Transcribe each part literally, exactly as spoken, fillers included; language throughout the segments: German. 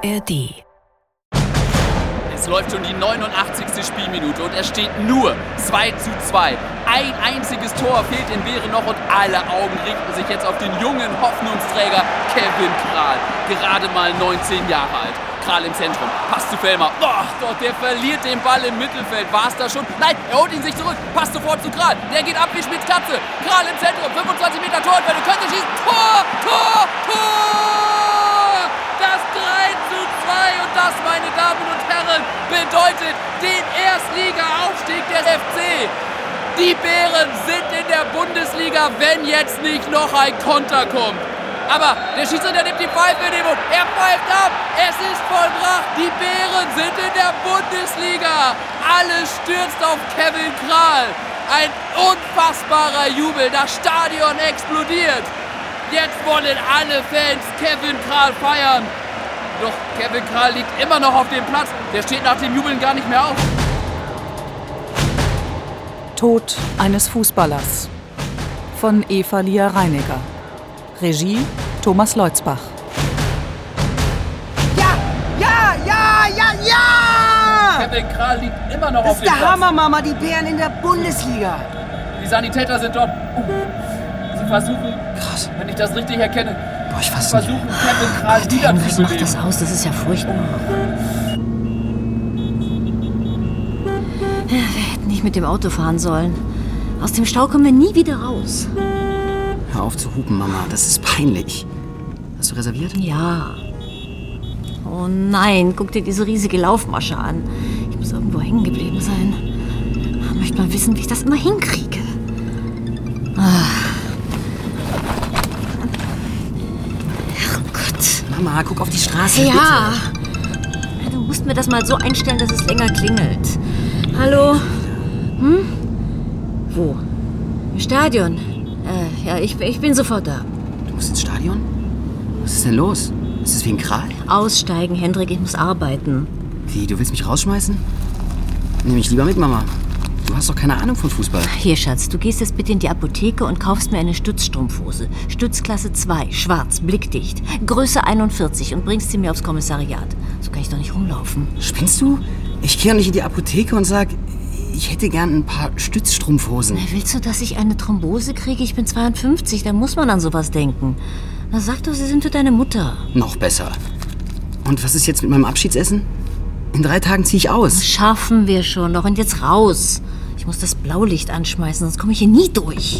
R D. Es läuft schon die neunundachtzigste Spielminute und es steht nur zwei zu zwei. Ein einziges Tor fehlt in Beeren noch und alle Augen richten sich jetzt auf den jungen Hoffnungsträger Kevin Kral. Gerade mal neunzehn Jahre alt. Kral im Zentrum, Pass zu Vellmer. Oh, doch, der verliert den Ball im Mittelfeld. War es da schon? Nein, er holt ihn sich zurück. Passt sofort zu Kral. Der geht ab wie Schmitz Katze. Kral im Zentrum, fünfundzwanzig Meter Torhüter, könnte schießen. Tor, Tor, Tor! Das drei zu zwei und das, meine Damen und Herren, bedeutet den Erstliga-Aufstieg des F C. Die Bären sind in der Bundesliga, wenn jetzt nicht noch ein Konter kommt. Aber der Schiedsrichter nimmt die Pfeife in den Mund. Er pfeift ab. Es ist vollbracht. Die Bären sind in der Bundesliga. Alles stürzt auf Kevin Kral. Ein unfassbarer Jubel. Das Stadion explodiert. Jetzt wollen alle Fans Kevin Kral feiern. Doch Kevin Kral liegt immer noch auf dem Platz. Der steht nach dem Jubeln gar nicht mehr auf. Tod eines Fußballers von Eva Lia Reinecker. Regie Thomas Leutzbach. Ja, ja, ja, ja, ja! Kevin Kral liegt immer noch Das auf ist dem der Platz. Hammer, Mama, die Bären in der Bundesliga. Die Sanitäter sind dort. Sie versuchen, Krass. wenn ich das richtig erkenne, Boah, ich weiß versuchen Kevin Kral Was wiederzubeleben. macht das aus? Das ist ja furchtbar. Ja, wir hätten nicht mit dem Auto fahren sollen. Aus dem Stau kommen wir nie wieder raus. Hör auf zu hupen, Mama. Das ist peinlich. Hast du reserviert? Ja. Oh nein, guck dir diese riesige Laufmasche an. Ich muss irgendwo hängen geblieben sein. Ich möchte mal wissen, wie ich das immer hinkriege. Ah. Herrgott. Mama, guck auf die Straße. Ja. Du musst mir das mal so einstellen, dass es länger klingelt. Hallo? Hm? Wo? Im Stadion. Äh, ja, ich, ich bin sofort da. Du musst ins Stadion? Was ist denn los? Ist es wegen Kral? Aussteigen, Hendrik, ich muss arbeiten. Wie, du willst mich rausschmeißen? Nimm mich lieber mit, Mama. Du hast doch keine Ahnung von Fußball. Hier, Schatz, du gehst jetzt bitte in die Apotheke und kaufst mir eine Stützstrumpfhose. Stützklasse zwei, schwarz, blickdicht, Größe einundvierzig und bringst sie mir aufs Kommissariat. So kann ich doch nicht rumlaufen. Spinnst du? Ich gehe doch nicht in die Apotheke und sag, ich hätte gern ein paar Stützstrumpfhosen. Willst du, dass ich eine Thrombose kriege? Ich bin zweiundfünfzig, da muss man an sowas denken. Na, sag doch, sie sind für deine Mutter. Noch besser. Und was ist jetzt mit meinem Abschiedsessen? In drei Tagen ziehe ich aus. Das schaffen wir schon noch. Und jetzt raus. Ich muss das Blaulicht anschmeißen, sonst komme ich hier nie durch.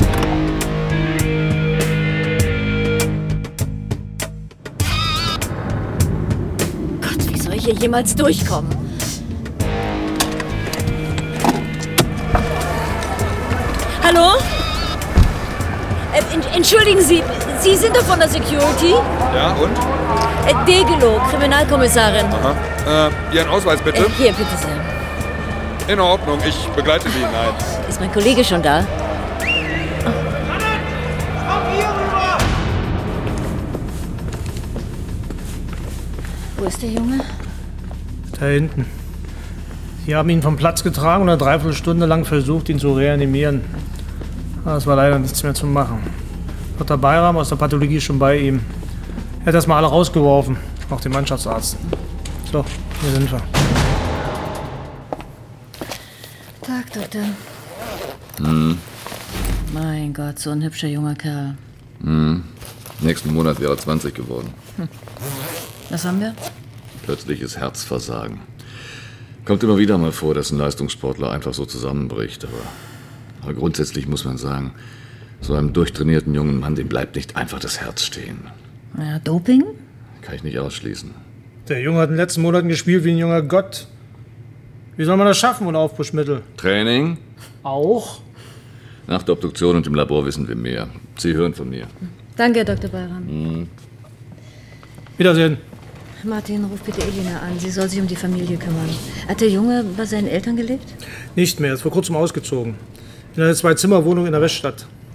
Gott, wie soll ich hier jemals durchkommen? Hallo? Äh, en- entschuldigen Sie, Sie sind doch von der Security? Ja, und? Äh, Degelow, Kriminalkommissarin. Aha. Äh, Ihren Ausweis bitte? Äh, hier, bitte sehr. In Ordnung, ich begleite Sie hinein. Ist mein Kollege schon da? Wo ist der Junge? Da hinten. Sie haben ihn vom Platz getragen und eine Dreiviertelstunde lang versucht, ihn zu reanimieren. Aber es war leider nichts mehr zu machen. Doktor Bayram aus der Pathologie ist schon bei ihm. Er hat das mal alle rausgeworfen, auch den Mannschaftsarzt. So, hier sind wir. Tag, Doktor. Hm. Mein Gott, so ein hübscher junger Kerl. Hm. Nächsten Monat wäre er zwanzig geworden. Hm. Was haben wir? Plötzliches Herzversagen. Kommt immer wieder mal vor, dass ein Leistungssportler einfach so zusammenbricht. Aber, aber grundsätzlich muss man sagen, so einem durchtrainierten jungen Mann, dem bleibt nicht einfach das Herz stehen. Ja, Doping? Kann ich nicht ausschließen. Der Junge hat in den letzten Monaten gespielt wie ein junger Gott. Wie soll man das schaffen ohne Aufputschmittel? Training? Auch? Nach der Obduktion und im Labor wissen wir mehr. Sie hören von mir. Danke, Herr Doktor Bayram. Hm. Wiedersehen. Martin, ruf bitte Elina an. Sie soll sich um die Familie kümmern. Hat der Junge bei seinen Eltern gelebt? Nicht mehr, ist vor kurzem ausgezogen. In einer Zwei-Zimmer-Wohnung in der Weststadt.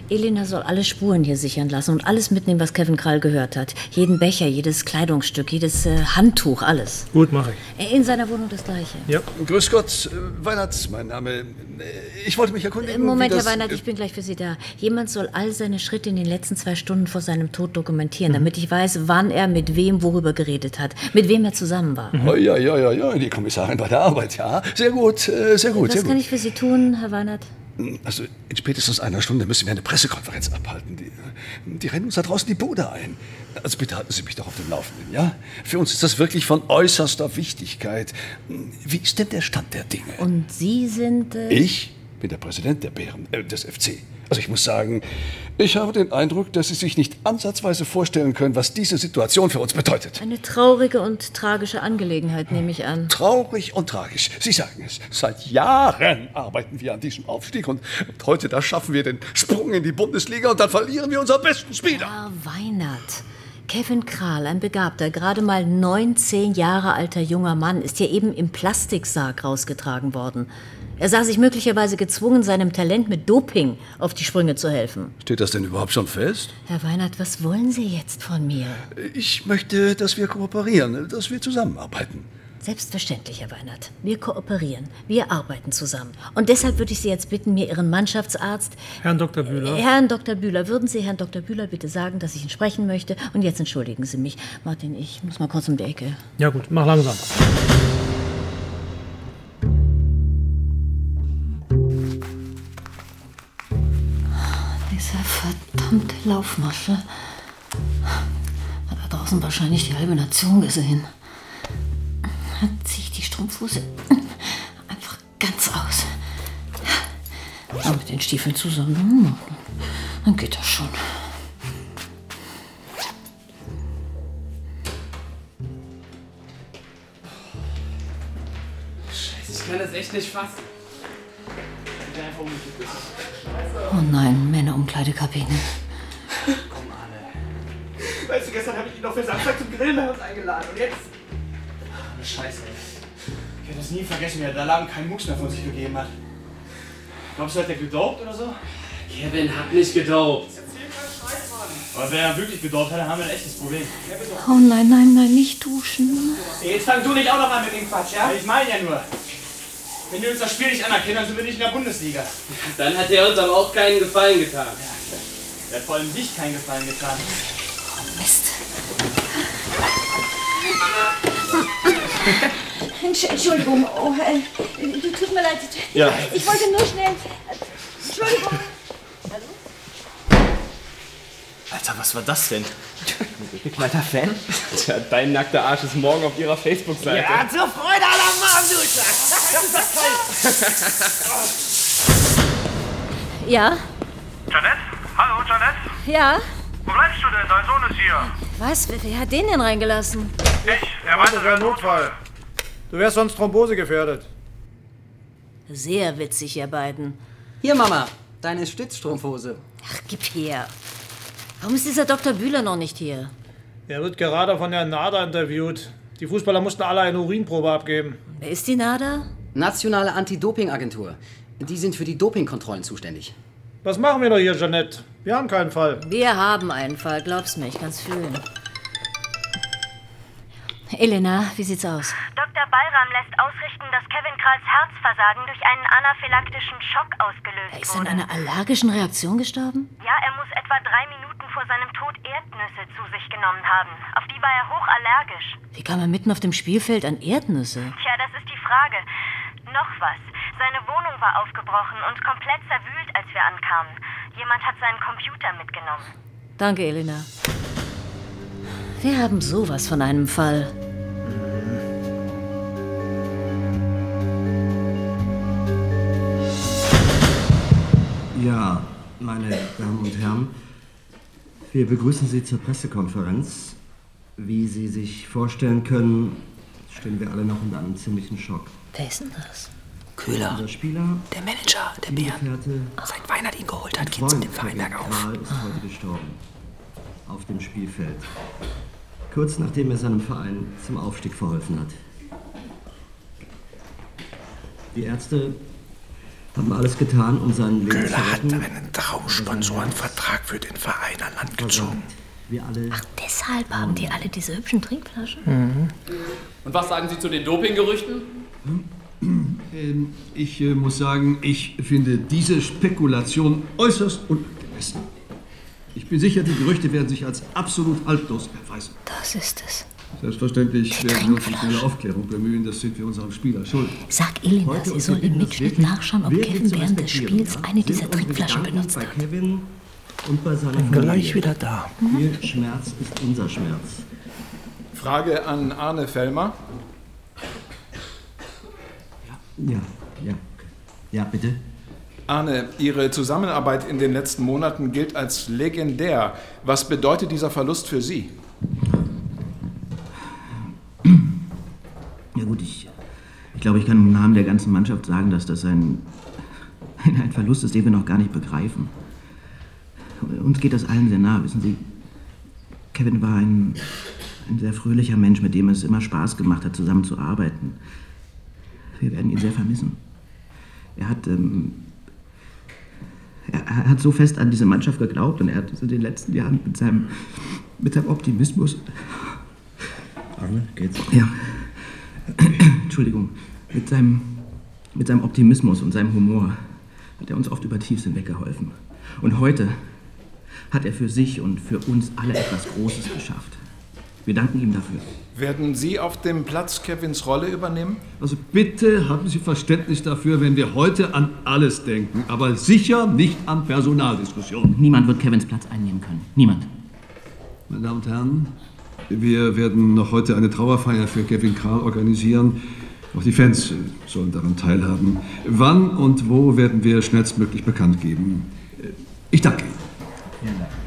Elena soll alle Spuren hier sichern lassen und alles mitnehmen, was Kevin Krall gehört hat. Jeden Becher, jedes Kleidungsstück, jedes äh, Handtuch, alles. Gut, mache ich. In seiner Wohnung das Gleiche. Ja. Grüß Gott, äh, Weihnachts, mein Name. Ich wollte mich erkundigen, Moment, wie das, Herr Weinert, ich bin gleich für Sie da. Jemand soll all seine Schritte in den letzten zwei Stunden vor seinem Tod dokumentieren, mhm. damit ich weiß, wann er mit wem worüber geredet hat, mit wem er zusammen war. Mhm. Oh, ja, ja, ja, ja, die Kommissarin bei der Arbeit, ja. Sehr gut, äh, sehr gut, Was sehr kann gut. ich für Sie tun, Herr Weinert? Also in spätestens einer Stunde müssen wir eine Pressekonferenz abhalten. Die, die rennen uns da draußen die Bude ein. Also bitte halten Sie mich doch auf dem Laufenden, ja? Für uns ist das wirklich von äußerster Wichtigkeit. Wie ist denn der Stand der Dinge? Und Sie sind... Äh Ich bin der Präsident der Bären, äh, des F C. Also ich muss sagen, ich habe den Eindruck, dass Sie sich nicht ansatzweise vorstellen können, was diese Situation für uns bedeutet. Eine traurige und tragische Angelegenheit, nehme ich an. Traurig und tragisch. Sie sagen es. Seit Jahren arbeiten wir an diesem Aufstieg und, und heute, da schaffen wir den Sprung in die Bundesliga und dann verlieren wir unseren besten Spieler. Herr Weinert, Kevin Krall, ein begabter, gerade mal neunzehn Jahre alter junger Mann, ist hier eben im Plastiksarg rausgetragen worden. Er sah sich möglicherweise gezwungen, seinem Talent mit Doping auf die Sprünge zu helfen. Steht das denn überhaupt schon fest? Herr Weinert, was wollen Sie jetzt von mir? Ich möchte, dass wir kooperieren, dass wir zusammenarbeiten. Selbstverständlich, Herr Weinert. Wir kooperieren. Wir arbeiten zusammen. Und deshalb würde ich Sie jetzt bitten, mir Ihren Mannschaftsarzt... Herrn Doktor Bühler. Herrn Doktor Bühler, würden Sie Herrn Doktor Bühler bitte sagen, dass ich ihn sprechen möchte? Und jetzt entschuldigen Sie mich. Martin, ich muss mal kurz um die Ecke. Ja gut, mach langsam. Diese verdammte Laufmasche. Hat da draußen wahrscheinlich die halbe Nation gesehen. Dann ziehe ich die Strumpfhose einfach ganz aus. Ja, mit den Stiefeln zusammen. Dann geht das schon. Scheiße, ich kann das echt nicht fassen. Oh nein, Männerumkleidekabine. Komm, Arne. Weißt du, gestern habe ich ihn noch für Samstag zum Grillen bei uns eingeladen. Und jetzt? Ach, eine Scheiße, ey. Ich werde das nie vergessen, wie er da Laden keinen Mucks mehr von sich gegeben hat. Glaubst du, hat er gedopt oder so? Kevin hat nicht gedopt. Das erzählt keinen Scheiß, Mann. Aber wenn er wirklich gedopt hat, dann haben wir ein echtes Problem. Oh nein, nein, nein, nicht duschen. Ey, jetzt fang du nicht auch noch an mit dem Quatsch, ja? Ich meine ja nur. Wenn wir uns das Spiel nicht anerkennen, dann sind wir nicht in der Bundesliga. Dann hat er uns aber auch keinen Gefallen getan. Ja, der hat vor allem dich keinen Gefallen getan. Oh, Mist. Entschuldigung, oh, äh, tut mir leid. Ja. Ich wollte nur schnell... Entschuldigung. Alter, was war das denn? Ein kleiner Fan? Tja, dein nackter Arsch ist morgen auf ihrer Facebook-Seite. Ja, zur Freude aller Mann, du Ja? Janette? Hallo, Janette? Ja? Wo bleibst du denn? Dein Sohn ist hier. Was? Wer, wer hat den denn reingelassen? Ich. Er meinte, Das wäre ein Notfall. Du wärst sonst Thrombose gefährdet. Sehr witzig, ihr beiden. Hier, Mama, deine Stützstrumpfhose. Ach, gib her. Warum ist dieser Doktor Bühler noch nicht hier? Er wird gerade von der NADA interviewt. Die Fußballer mussten alle eine Urinprobe abgeben. Wer ist die NADA? Nationale Anti-Doping-Agentur. Die sind für die Dopingkontrollen zuständig. Was machen wir doch hier, Janette? Wir haben keinen Fall. Wir haben einen Fall, glaub's mir, ich kann's fühlen. Elena, wie sieht's aus? Doktor Bayram lässt ausrichten, dass Kevin Kralls Herzversagen durch einen anaphylaktischen Schock ausgelöst Er ist wurde. an einer allergischen Reaktion gestorben? Ja, er muss etwa drei Minuten vor seinem Tod Erdnüsse zu sich genommen haben. Auf die war er hochallergisch. Wie kam er mitten auf dem Spielfeld an Erdnüsse? Tja, das ist die Frage. Noch was. Seine Wohnung war aufgebrochen und komplett zerwühlt, als wir ankamen. Jemand hat seinen Computer mitgenommen. Danke, Elena. Wir haben sowas von einem Fall. Ja, meine Damen und Herren, wir begrüßen Sie zur Pressekonferenz. Wie Sie sich vorstellen können, stehen wir alle noch unter einem ziemlichen Schock. Wer ist denn das? Köhler. Unser Spieler, Der Manager der Bären. Seit Weinert ihn geholt hat, geht's in dem Verein bergauf. Krall ist heute gestorben. Auf dem Spielfeld. Kurz nachdem er seinem Verein zum Aufstieg verholfen hat. Die Ärzte haben alles getan, um seinen Leben Köhler zu hat retten. einen Traumsponsorenvertrag für den Verein an Land gezogen. Wir alle. Ach, deshalb haben die alle diese hübschen Trinkflaschen? Mhm. Und was sagen Sie zu den Dopinggerüchten? Ähm, ich äh, muss sagen, ich finde diese Spekulation äußerst unangemessen. Ich bin sicher, die Gerüchte werden sich als absolut haltlos erweisen. Das ist es. Selbstverständlich werden wir uns um schnelle Aufklärung bemühen. Das sind wir unserem Spieler schuldig. Sag Elena, Heute sie soll im Mitschnitt nachschauen, ob Kevin während des Spiels eine dieser Trinkflaschen benutzt hat. Bei Kevin und bei seiner Bin Familie. gleich wieder da. Ihr Schmerz ist unser Schmerz. Frage an Arne Fellmer. Ja, ja. Ja, bitte. Arne, Ihre Zusammenarbeit in den letzten Monaten gilt als legendär. Was bedeutet dieser Verlust für Sie? Ja gut, ich, ich glaube, ich kann im Namen der ganzen Mannschaft sagen, dass das ein, ein Verlust ist, den wir noch gar nicht begreifen. Uns geht das allen sehr nah, wissen Sie. Kevin war ein, ein sehr fröhlicher Mensch, mit dem es immer Spaß gemacht hat, zusammen zu arbeiten. Wir werden ihn sehr vermissen. Er hat, ähm, er, er hat so fest an diese Mannschaft geglaubt und er hat es in den letzten Jahren mit seinem, mit seinem Optimismus... Arne, geht's? Ja. Entschuldigung. Mit seinem, mit seinem Optimismus und seinem Humor hat er uns oft über Tiefsinn weggeholfen. Und heute hat er für sich und für uns alle etwas Großes geschafft. Wir danken ihm dafür. Werden Sie auf dem Platz Kevins Rolle übernehmen? Also bitte haben Sie Verständnis dafür, wenn wir heute an alles denken, aber sicher nicht an Personaldiskussionen. Niemand wird Kevins Platz einnehmen können. Niemand. Meine Damen und Herren, wir werden noch heute eine Trauerfeier für Kevin Kral organisieren. Auch die Fans sollen daran teilhaben. Wann und wo werden wir schnellstmöglich bekannt geben. Ich danke Ihnen. Vielen Dank.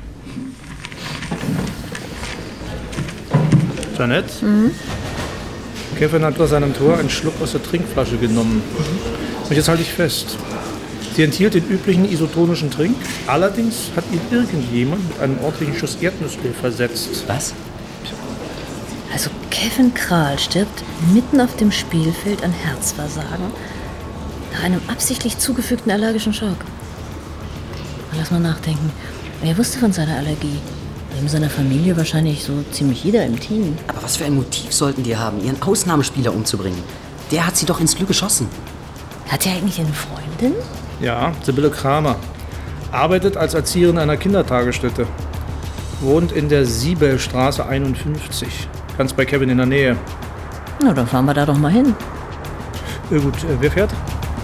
Jeanette? Mhm. Kevin hat bei seinem Tor einen Schluck aus der Trinkflasche genommen. Und jetzt halte ich fest. Sie enthielt den üblichen isotonischen Trink. Allerdings hat ihn irgendjemand mit einem ordentlichen Schuss Erdnussöl versetzt. Was? Also Kevin Kral stirbt mitten auf dem Spielfeld an Herzversagen nach einem absichtlich zugefügten allergischen Schock. Lass mal nachdenken. Wer wusste von seiner Allergie? Neben seiner Familie wahrscheinlich so ziemlich jeder im Team. Aber was für ein Motiv sollten die haben, ihren Ausnahmespieler umzubringen? Der hat sie doch ins Glück geschossen. Hat er eigentlich eine Freundin? Ja, Sibylle Kramer. Arbeitet als Erzieherin einer Kindertagesstätte. Wohnt in der Siebelstraße einundfünfzig. Ganz bei Kevin in der Nähe. Na, dann fahren wir da doch mal hin. Ja, gut, äh, wer fährt?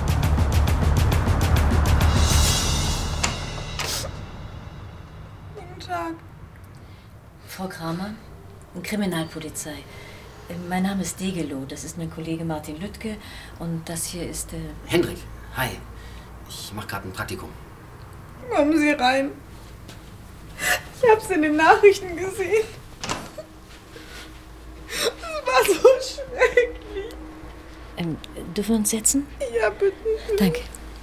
Guten Tag. Frau Kramer, Kriminalpolizei. Äh, Mein Name ist Degelow, das ist mein Kollege Martin Lüttke und das hier ist... Äh Hendrik, hi. Ich mache gerade ein Praktikum. Kommen Sie rein. Ich hab's in den Nachrichten gesehen. Es war so schrecklich. Ähm, dürfen wir uns setzen? Ja, bitte. Danke.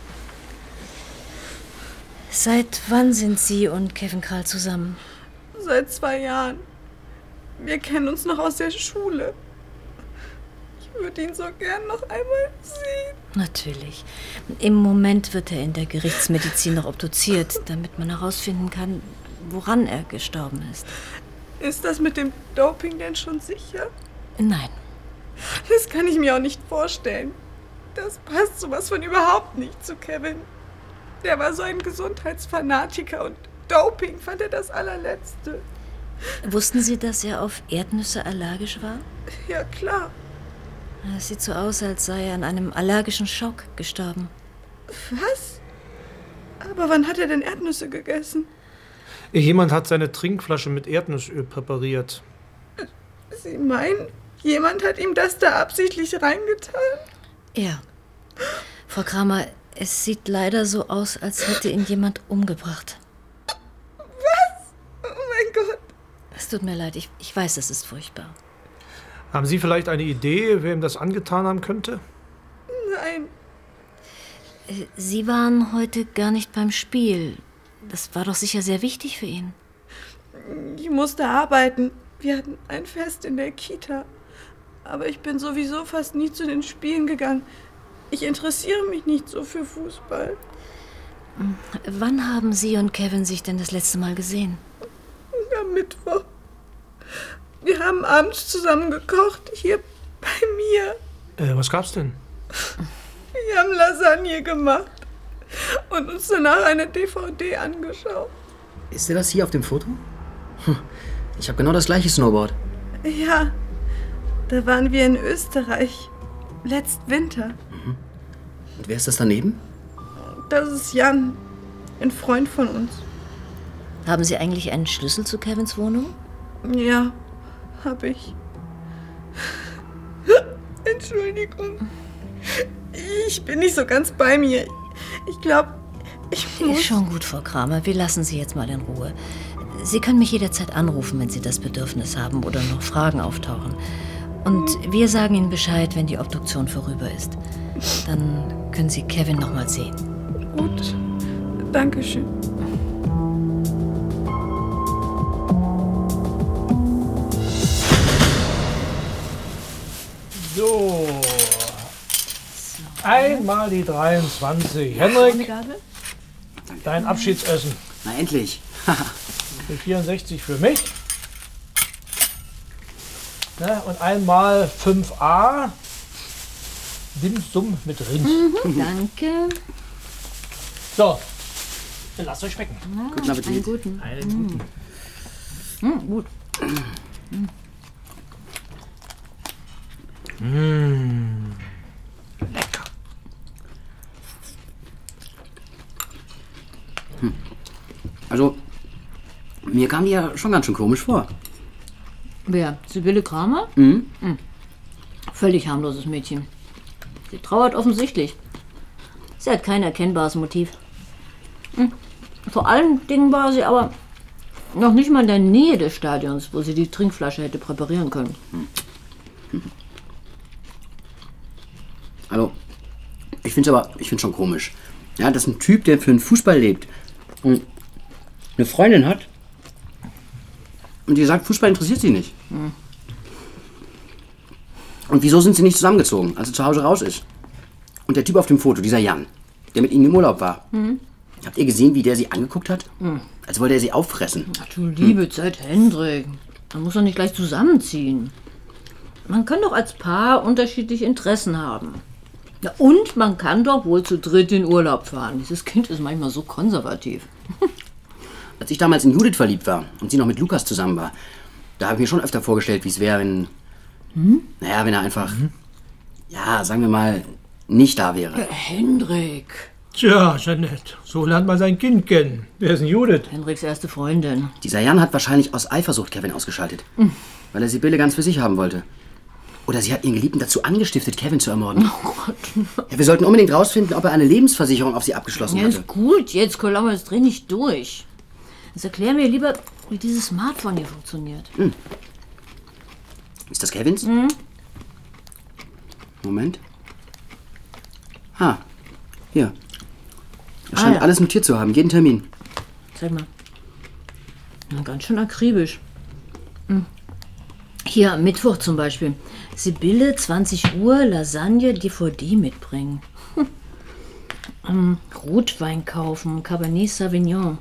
Seit wann sind Sie und Kevin Kral zusammen? Seit zwei Jahren. Wir kennen uns noch aus der Schule. Ich würde ihn so gern noch einmal sehen. Natürlich. Im Moment wird er in der Gerichtsmedizin noch obduziert, damit man herausfinden kann, woran er gestorben ist. Ist das mit dem Doping denn schon sicher? Nein. Das kann ich mir auch nicht vorstellen. Das passt sowas von überhaupt nicht zu Kevin. Der war so ein Gesundheitsfanatiker und Doping fand er das allerletzte. Wussten Sie, dass er auf Erdnüsse allergisch war? Ja, klar. Es sieht so aus, als sei er an einem allergischen Schock gestorben. Was? Aber wann hat er denn Erdnüsse gegessen? Jemand hat seine Trinkflasche mit Erdnussöl präpariert. Sie meinen, jemand hat ihm das da absichtlich reingetan? Ja. Frau Kramer, es sieht leider so aus, als hätte ihn jemand umgebracht. Was? Oh mein Gott. Es tut mir leid, ich, ich weiß, es ist furchtbar. Haben Sie vielleicht eine Idee, wer ihm das angetan haben könnte? Nein. Sie waren heute gar nicht beim Spiel. Das war doch sicher sehr wichtig für ihn. Ich musste arbeiten. Wir hatten ein Fest in der Kita. Aber ich bin sowieso fast nie zu den Spielen gegangen. Ich interessiere mich nicht so für Fußball. Wann haben Sie und Kevin sich denn das letzte Mal gesehen? Am Mittwoch. Wir haben abends zusammen gekocht, hier bei mir. Äh, was gab's denn? Wir haben Lasagne gemacht und uns danach eine D V D angeschaut. Ist der das hier auf dem Foto? Hm. Ich habe genau das gleiche Snowboard. Ja, da waren wir in Österreich. Letzten Winter. Mhm. Und wer ist das daneben? Das ist Jan, ein Freund von uns. Haben Sie eigentlich einen Schlüssel zu Kevins Wohnung? Ja, hab ich. Entschuldigung. Ich bin nicht so ganz bei mir. Ich glaube, ich muss... Ist schon gut, Frau Kramer. Wir lassen Sie jetzt mal in Ruhe. Sie können mich jederzeit anrufen, wenn Sie das Bedürfnis haben oder noch Fragen auftauchen. Und wir sagen Ihnen Bescheid, wenn die Obduktion vorüber ist. Dann können Sie Kevin noch mal sehen. Gut. Dankeschön. So. Einmal die dreiundzwanzig. Henrik, dein Abschiedsessen. Na endlich. Die vierundsechzig für mich. Ne, und einmal fünf a. Dim-Sum mit Rind. Mhm, danke. So, dann lasst euch schmecken. Ja, guten Appetit. Einen guten. Einen guten. Mhm, gut. Mmh. Lecker. Hm. Also, mir kam die ja schon ganz schön komisch vor. Wer? Sibylle Kramer? Mhm. Mhm. Völlig harmloses Mädchen. Sie trauert offensichtlich. Sie hat kein erkennbares Motiv. Mhm. Vor allen Dingen war sie aber noch nicht mal in der Nähe des Stadions, wo sie die Trinkflasche hätte präparieren können. Mhm. Also, ich finde es aber, ich finde schon komisch. Ja, dass ein Typ, der für den Fußball lebt und eine Freundin hat und die sagt, Fußball interessiert sie nicht. Mhm. Und wieso sind sie nicht zusammengezogen, als sie zu Hause raus ist? Und der Typ auf dem Foto, dieser Jan, der mit ihnen im Urlaub war. Mhm. Habt ihr gesehen, wie der sie angeguckt hat? Mhm. Als wollte er sie auffressen. Ach du liebe Zeit, Hendrik. Man muss doch nicht gleich zusammenziehen. Man kann doch als Paar unterschiedliche Interessen haben. Ja, und man kann doch wohl zu dritt in Urlaub fahren. Dieses Kind ist manchmal so konservativ. Als ich damals in Judith verliebt war und sie noch mit Lukas zusammen war, da habe ich mir schon öfter vorgestellt, wie es wäre, wenn... Hm? Naja, wenn er einfach... Mhm. Ja, sagen wir mal, nicht da wäre. Äh, Hendrik. Tja, Jeanette, so lernt man sein Kind kennen. Wer ist denn Judith? Hendriks erste Freundin. Dieser Jan hat wahrscheinlich aus Eifersucht Kevin ausgeschaltet. Mhm. Weil er Sibylle ganz für sich haben wollte. Oder sie hat ihren Geliebten dazu angestiftet, Kevin zu ermorden. Oh Gott. Ja, wir sollten unbedingt rausfinden, ob er eine Lebensversicherung auf sie abgeschlossen ja, hatte. Ist gut, jetzt Kolommer, jetzt dreh nicht durch. Jetzt erklär mir lieber, wie dieses Smartphone hier funktioniert. Hm. Ist das Kevins? Mhm. Moment. Ah, hier. Er scheint ah, ja. alles notiert zu haben, jeden Termin. Zeig mal. Na, ganz schön akribisch. Hm. Hier, am Mittwoch zum Beispiel. Sibylle, zwanzig Uhr, Lasagne, D V D mitbringen. Hm. Um, Rotwein kaufen, Cabernet Sauvignon.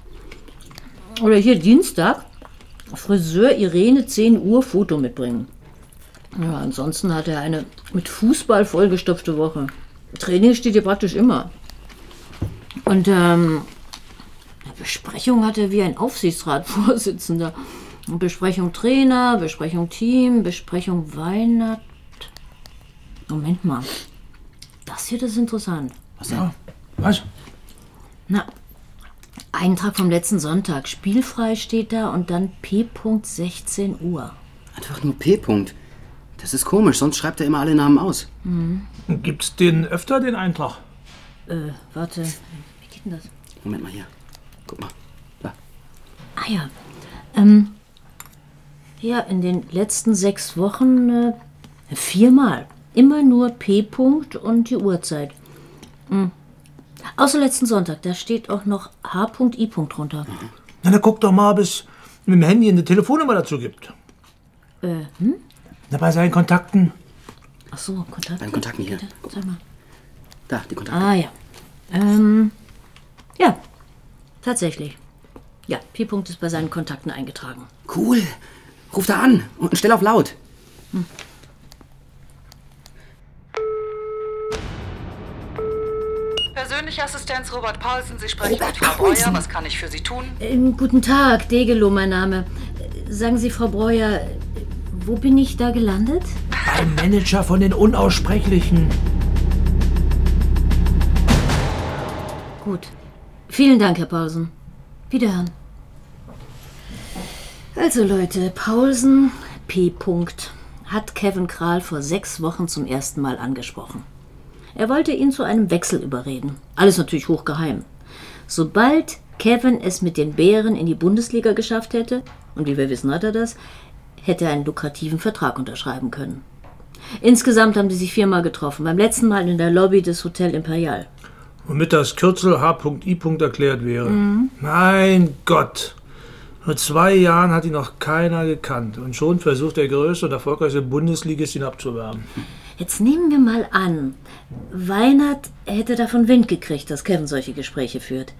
Oder hier, Dienstag, Friseur Irene, zehn Uhr, Foto mitbringen. Ja, ansonsten hat er eine mit Fußball vollgestopfte Woche. Training steht hier praktisch immer. Und ähm, eine Besprechung hat er wie ein Aufsichtsratsvorsitzender. Besprechung Trainer, Besprechung Team, Besprechung Weihnacht. Moment mal. Das hier, das ist interessant. Was denn? Ja, was? Na, Eintrag vom letzten Sonntag. Spielfrei steht da und dann P. sechzehn Uhr. Einfach nur P. -Punkt. Das ist komisch, sonst schreibt er immer alle Namen aus. Mhm. Gibt's den öfter, den Eintrag? Äh, warte. Wie geht denn das? Moment mal hier. Guck mal. Da. Ah ja. Ähm. Ja, in den letzten sechs Wochen äh, viermal. Immer nur P. -Punkt und die Uhrzeit. Mhm. Außer letzten Sonntag, da steht auch noch H. I. drunter. Mhm. Na, dann guck doch mal, ob es mit dem Handy eine Telefonnummer dazu gibt. Äh, hm? Na, bei seinen Kontakten. Ach so, Kontakte? Deine Kontakten hier. Sag mal. Da, die Kontakte. Ah ja. Ähm, ja, tatsächlich. Ja, P-Punkt ist bei seinen Kontakten eingetragen. Cool. Ruf da an und stell auf laut. Hm. Persönliche Assistenz Robert Paulsen, Sie sprechen mit Frau Breuer. Was kann ich für Sie tun? Ähm, guten Tag, Degelow, mein Name. Sagen Sie, Frau Breuer, wo bin ich da gelandet? Beim Manager von den Unaussprechlichen. Gut. Vielen Dank, Herr Paulsen. Wiederhören. Also Leute, Paulsen, P. -Punkt, hat Kevin Kral vor sechs Wochen zum ersten Mal angesprochen. Er wollte ihn zu einem Wechsel überreden. Alles natürlich hochgeheim. Sobald Kevin es mit den Bären in die Bundesliga geschafft hätte, und wie wir wissen, hat er das, hätte er einen lukrativen Vertrag unterschreiben können. Insgesamt haben die sich viermal getroffen. Beim letzten Mal in der Lobby des Hotel Imperial. Womit das Kürzel H I erklärt wäre. Mhm. Mein Gott! Vor zwei Jahren hat ihn noch keiner gekannt. Und schon versucht der größte und erfolgreichste Bundesligist, ihn abzuwerben. Jetzt nehmen wir mal an, Weinert hätte davon Wind gekriegt, dass Kevin solche Gespräche führt.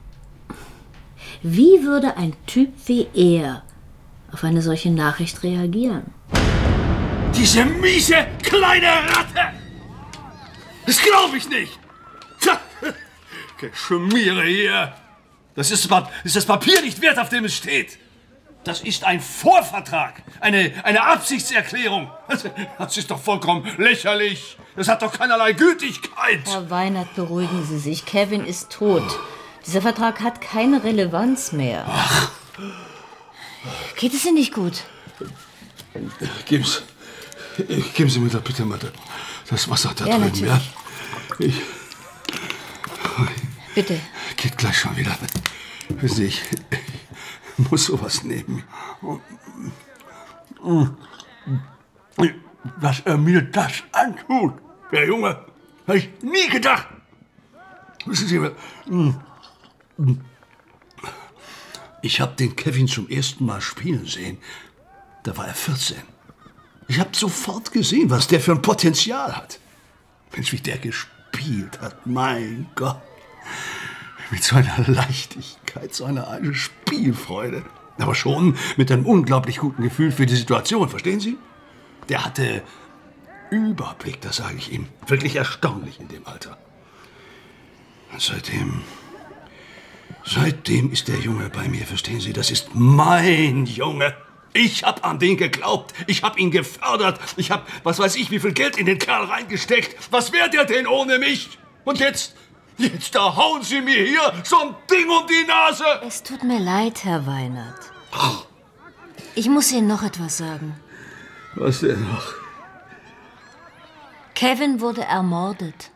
Wie würde ein Typ wie er auf eine solche Nachricht reagieren? Diese miese kleine Ratte! Das glaube ich nicht! Tja, Geschmiere hier! Das ist, das ist das Papier nicht wert, auf dem es steht! Das ist ein Vorvertrag, eine, eine Absichtserklärung. Das ist doch vollkommen lächerlich. Das hat doch keinerlei Gültigkeit. Herr Weinert, beruhigen Sie sich. Kevin ist tot. Dieser Vertrag hat keine Relevanz mehr. Ach. Geht es Ihnen nicht gut? Geben Sie, geben Sie mir da bitte mal das Wasser da Ja, drüben, natürlich. ja? Ich, Bitte. Geht gleich schon wieder. Wissen Sie, ich, ich muss sowas nehmen. Was er mir das antut, der Junge, habe ich nie gedacht. Wissen Sie, ich habe den Kevin zum ersten Mal spielen sehen. Da war er vierzehn. Ich habe sofort gesehen, was der für ein Potenzial hat. Mensch, wie der gespielt hat, mein Gott. Mit so einer Leichtigkeit, so einer Spielfreude. Aber schon mit einem unglaublich guten Gefühl für die Situation, verstehen Sie? Der hatte Überblick, das sage ich ihm. Wirklich erstaunlich in dem Alter. Und seitdem, seitdem ist der Junge bei mir, verstehen Sie? Das ist mein Junge. Ich hab an den geglaubt. Ich hab ihn gefördert. Ich hab, was weiß ich, wie viel Geld in den Kerl reingesteckt. Was wäre der denn ohne mich? Und jetzt, jetzt da hauen Sie mir hier so ein Ding um die Nase. Es tut mir leid, Herr Weinert. Ich muss Ihnen noch etwas sagen. Was denn noch? Kevin wurde ermordet.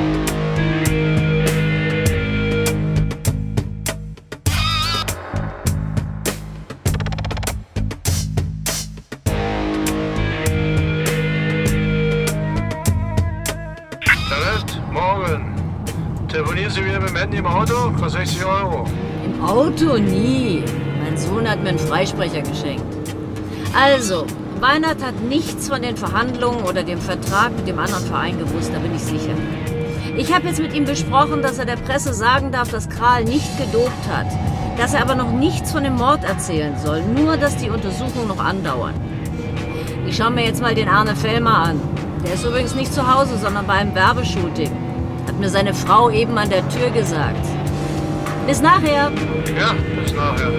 Morgen. Telefonieren Sie wieder mit dem Handy im Auto? Für sechzig Euro. Im Auto nie. Mein Sohn hat mir einen Freisprecher geschenkt. Also, Weinert hat nichts von den Verhandlungen oder dem Vertrag mit dem anderen Verein gewusst, da bin ich sicher. Ich habe jetzt mit ihm besprochen, dass er der Presse sagen darf, dass Kral nicht gedopt hat. Dass er aber noch nichts von dem Mord erzählen soll, nur dass die Untersuchungen noch andauern. Ich schaue mir jetzt mal den Arne Fellmer an. Der ist übrigens nicht zu Hause, sondern bei einem Werbeshooting. Hat mir seine Frau eben an der Tür gesagt. Bis nachher. Ja, bis nachher.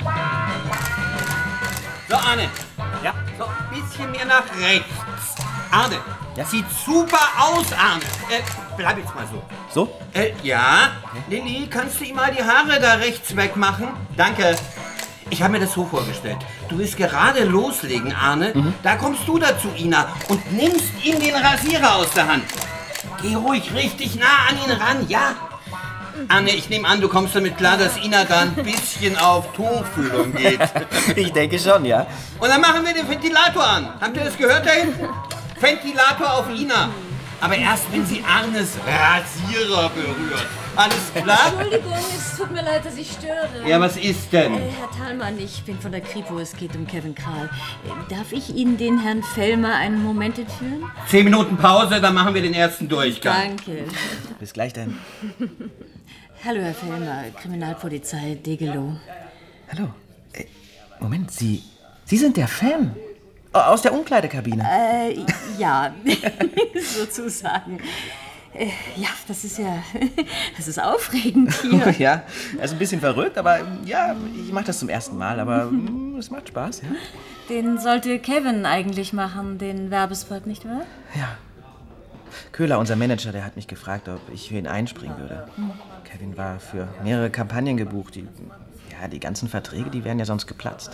So, Arne. Ja? So, ein bisschen mehr nach rechts. Arne, das sieht super aus, Arne. Äh, bleib jetzt mal so. So? Äh, ja. Lilly, kannst du ihm mal die Haare da rechts wegmachen? Danke. Ich habe mir das so vorgestellt. Du willst gerade loslegen, Arne. Mhm. Da kommst du dazu, Ina, und nimmst ihm den Rasierer aus der Hand. Geh ruhig richtig nah an ihn ran, ja? Arne, ich nehme an, du kommst damit klar, dass Ina da ein bisschen auf Tuchfühlung geht. Ich denke schon, ja. Und dann machen wir den Ventilator an. Habt ihr das gehört da hinten? Ventilator auf Ina. Aber erst, wenn sie Arnes Rasierer berührt. Alles klar? Entschuldigung, es tut mir leid, dass ich störe. Ja, was ist denn? Äh, Herr Thalmann, ich bin von der Kripo, es geht um Kevin Kral. Äh, darf ich Ihnen den Herrn Fellmer einen Moment entführen? Zehn Minuten Pause, dann machen wir den ersten Durchgang. Danke. Bis gleich dann. Hallo, Herr Fellmer, Kriminalpolizei Degelow. Hallo. Äh, Moment, Sie, Sie sind der Fem? Aus der Umkleidekabine? Äh, ja, sozusagen. Äh, ja, das ist ja, das ist aufregend hier. Ja, also ein bisschen verrückt, aber ja, ich mache das zum ersten Mal, aber mm, es macht Spaß, ja. Den sollte Kevin eigentlich machen, den Werbespot, nicht wahr? Ja. Köhler, unser Manager, der hat mich gefragt, ob ich für ihn einspringen würde. Hm. Kevin war für mehrere Kampagnen gebucht. Die, ja, die ganzen Verträge, die wären ja sonst geplatzt.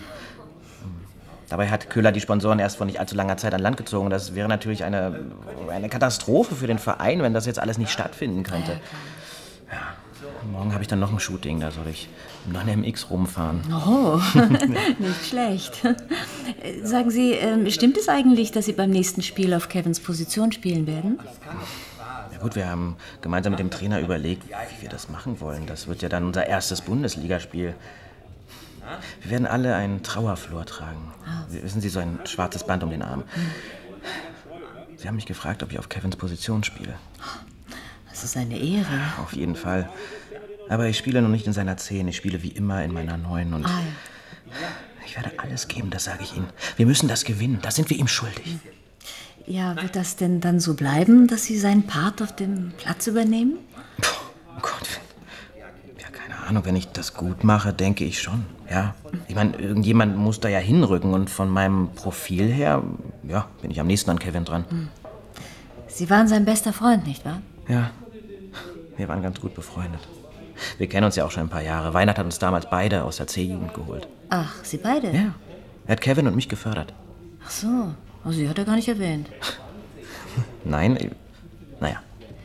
Dabei hat Köhler die Sponsoren erst vor nicht allzu langer Zeit an Land gezogen. Das wäre natürlich eine, eine Katastrophe für den Verein, wenn das jetzt alles nicht stattfinden könnte. Ja, morgen habe ich dann noch ein Shooting, da soll ich im neuen M X rumfahren. Oh, nicht schlecht. Sagen Sie, ähm, stimmt es eigentlich, dass Sie beim nächsten Spiel auf Kevins Position spielen werden? Ja gut, wir haben gemeinsam mit dem Trainer überlegt, wie wir das machen wollen. Das wird ja dann unser erstes Bundesligaspiel. Wir werden alle einen Trauerflor tragen. Wissen Sie, so ein schwarzes Band um den Arm. Sie haben mich gefragt, ob ich auf Kevins Position spiele. Das ist eine Ehre. Auf jeden Fall. Aber ich spiele noch nicht in seiner zehn. Ich spiele wie immer in meiner neun. Und Ah, ich werde alles geben, das sage ich Ihnen. Wir müssen das gewinnen. Das sind wir ihm schuldig. ja, wird das denn dann so bleiben, dass Sie seinen Part auf dem Platz übernehmen? Oh Gott. Ja, keine Ahnung. Wenn ich das gut mache, denke ich schon. Ja. Ich meine, irgendjemand muss da ja hinrücken. Und von meinem Profil her, ja, bin ich am nächsten an Kevin dran. Hm. Sie waren sein bester Freund, nicht wahr? Ja. Wir waren ganz gut befreundet. Wir kennen uns ja auch schon ein paar Jahre. Weinert hat uns damals beide aus der C-Jugend geholt. Ach, Sie beide? Ja. Er hat Kevin und mich gefördert. Ach so. Oh, Sie hat er gar nicht erwähnt. Nein, äh, naja.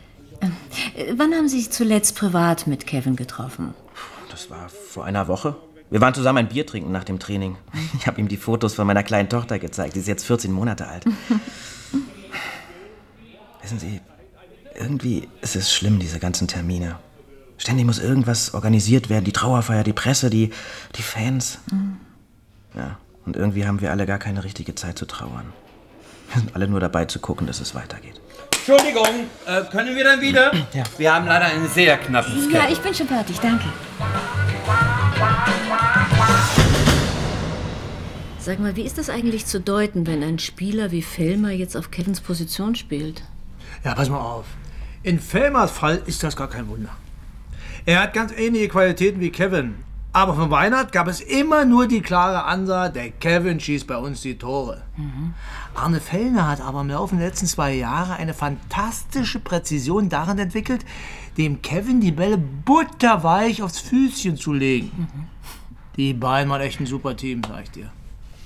Äh, wann haben Sie sich zuletzt privat mit Kevin getroffen? Das war vor einer Woche. Wir waren zusammen ein Bier trinken nach dem Training. Ich habe ihm die Fotos von meiner kleinen Tochter gezeigt. Die ist jetzt vierzehn Monate alt. Wissen Sie, irgendwie ist es schlimm, diese ganzen Termine. Ständig muss irgendwas organisiert werden. Die Trauerfeier, die Presse, die, die Fans. Mhm. Ja, und irgendwie haben wir alle gar keine richtige Zeit zu trauern. Wir sind alle nur dabei zu gucken, dass es weitergeht. Entschuldigung, äh, können wir dann wieder? Ja. Wir haben leider einen sehr knappen Schedule. Ja, ich bin schon fertig, danke. Sag mal, wie ist das eigentlich zu deuten, wenn ein Spieler wie Fellmer jetzt auf Kevins Position spielt? Ja, pass mal auf. In Fellmers Fall ist das gar kein Wunder. Er hat ganz ähnliche Qualitäten wie Kevin. Aber von Weinert gab es immer nur die klare Ansage, der Kevin schießt bei uns die Tore. Mhm. Arne Fellner hat aber im Laufe der letzten zwei Jahre eine fantastische Präzision darin entwickelt, dem Kevin die Bälle butterweich aufs Füßchen zu legen. Mhm. Die beiden waren echt ein super Team, sag ich dir.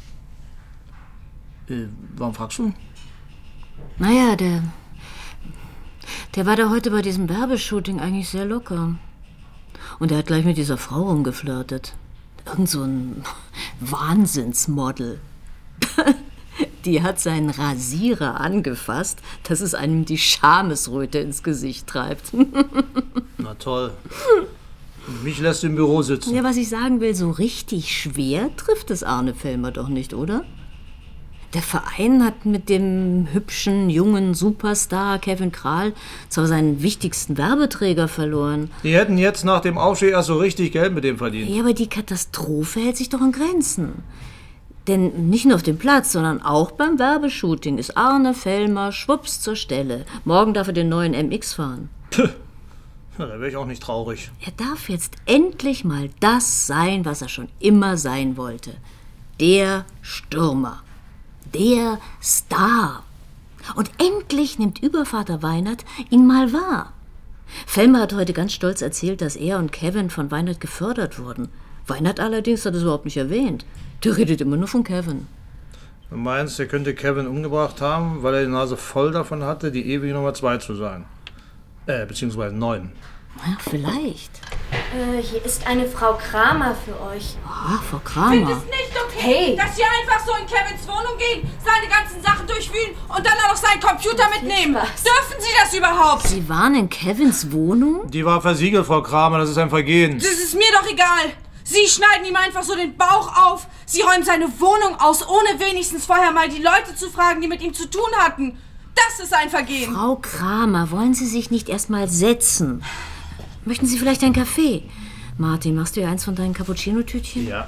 Äh, warum fragst du? Naja, der... Der war da heute bei diesem Werbeshooting eigentlich sehr locker. Und er hat gleich mit dieser Frau rumgeflirtet. Irgend so ein Wahnsinnsmodel. Die hat seinen Rasierer angefasst, dass es einem die Schamesröte ins Gesicht treibt. Na toll. Mich lässt du im Büro sitzen. Ja, was ich sagen will, so richtig schwer trifft es Arne Fellmer doch nicht, oder? Der Verein hat mit dem hübschen, jungen Superstar Kevin Kral zwar seinen wichtigsten Werbeträger verloren. Die hätten jetzt nach dem Aufstieg erst so richtig Geld mit dem verdient. Ja, aber die Katastrophe hält sich doch in Grenzen. Denn nicht nur auf dem Platz, sondern auch beim Werbeshooting ist Arne Fellmer schwupps zur Stelle. Morgen darf er den neuen M X fahren. Ja, da wäre ich auch nicht traurig. Er darf jetzt endlich mal das sein, was er schon immer sein wollte. Der Stürmer. Der Star. Und endlich nimmt Übervater Weinert ihn mal wahr. Fellmer hat heute ganz stolz erzählt, dass er und Kevin von Weinert gefördert wurden. Weinert allerdings hat es überhaupt nicht erwähnt. Der redet immer nur von Kevin. Du meinst, er könnte Kevin umgebracht haben, weil er die Nase voll davon hatte, die ewige Nummer zwei zu sein? Äh, beziehungsweise neun. Ja, vielleicht. Äh, hier ist eine Frau Kramer für euch. Ah, Frau Ich Kramer. finde es nicht okay, Hey! Dass Sie einfach so in Kevins Wohnung gehen, seine ganzen Sachen durchwühlen und dann auch noch seinen Computer mitnehmen. Dürfen Sie das überhaupt? Sie waren in Kevins Wohnung? Die war versiegelt, Frau Kramer, das ist ein Vergehen. Das ist mir doch egal. Sie schneiden ihm einfach so den Bauch auf. Sie räumen seine Wohnung aus, ohne wenigstens vorher mal die Leute zu fragen, die mit ihm zu tun hatten. Das ist ein Vergehen. Frau Kramer, wollen Sie sich nicht erst mal setzen? Möchten Sie vielleicht einen Kaffee? Martin, machst du ja eins von deinen Cappuccino-Tütchen? Ja.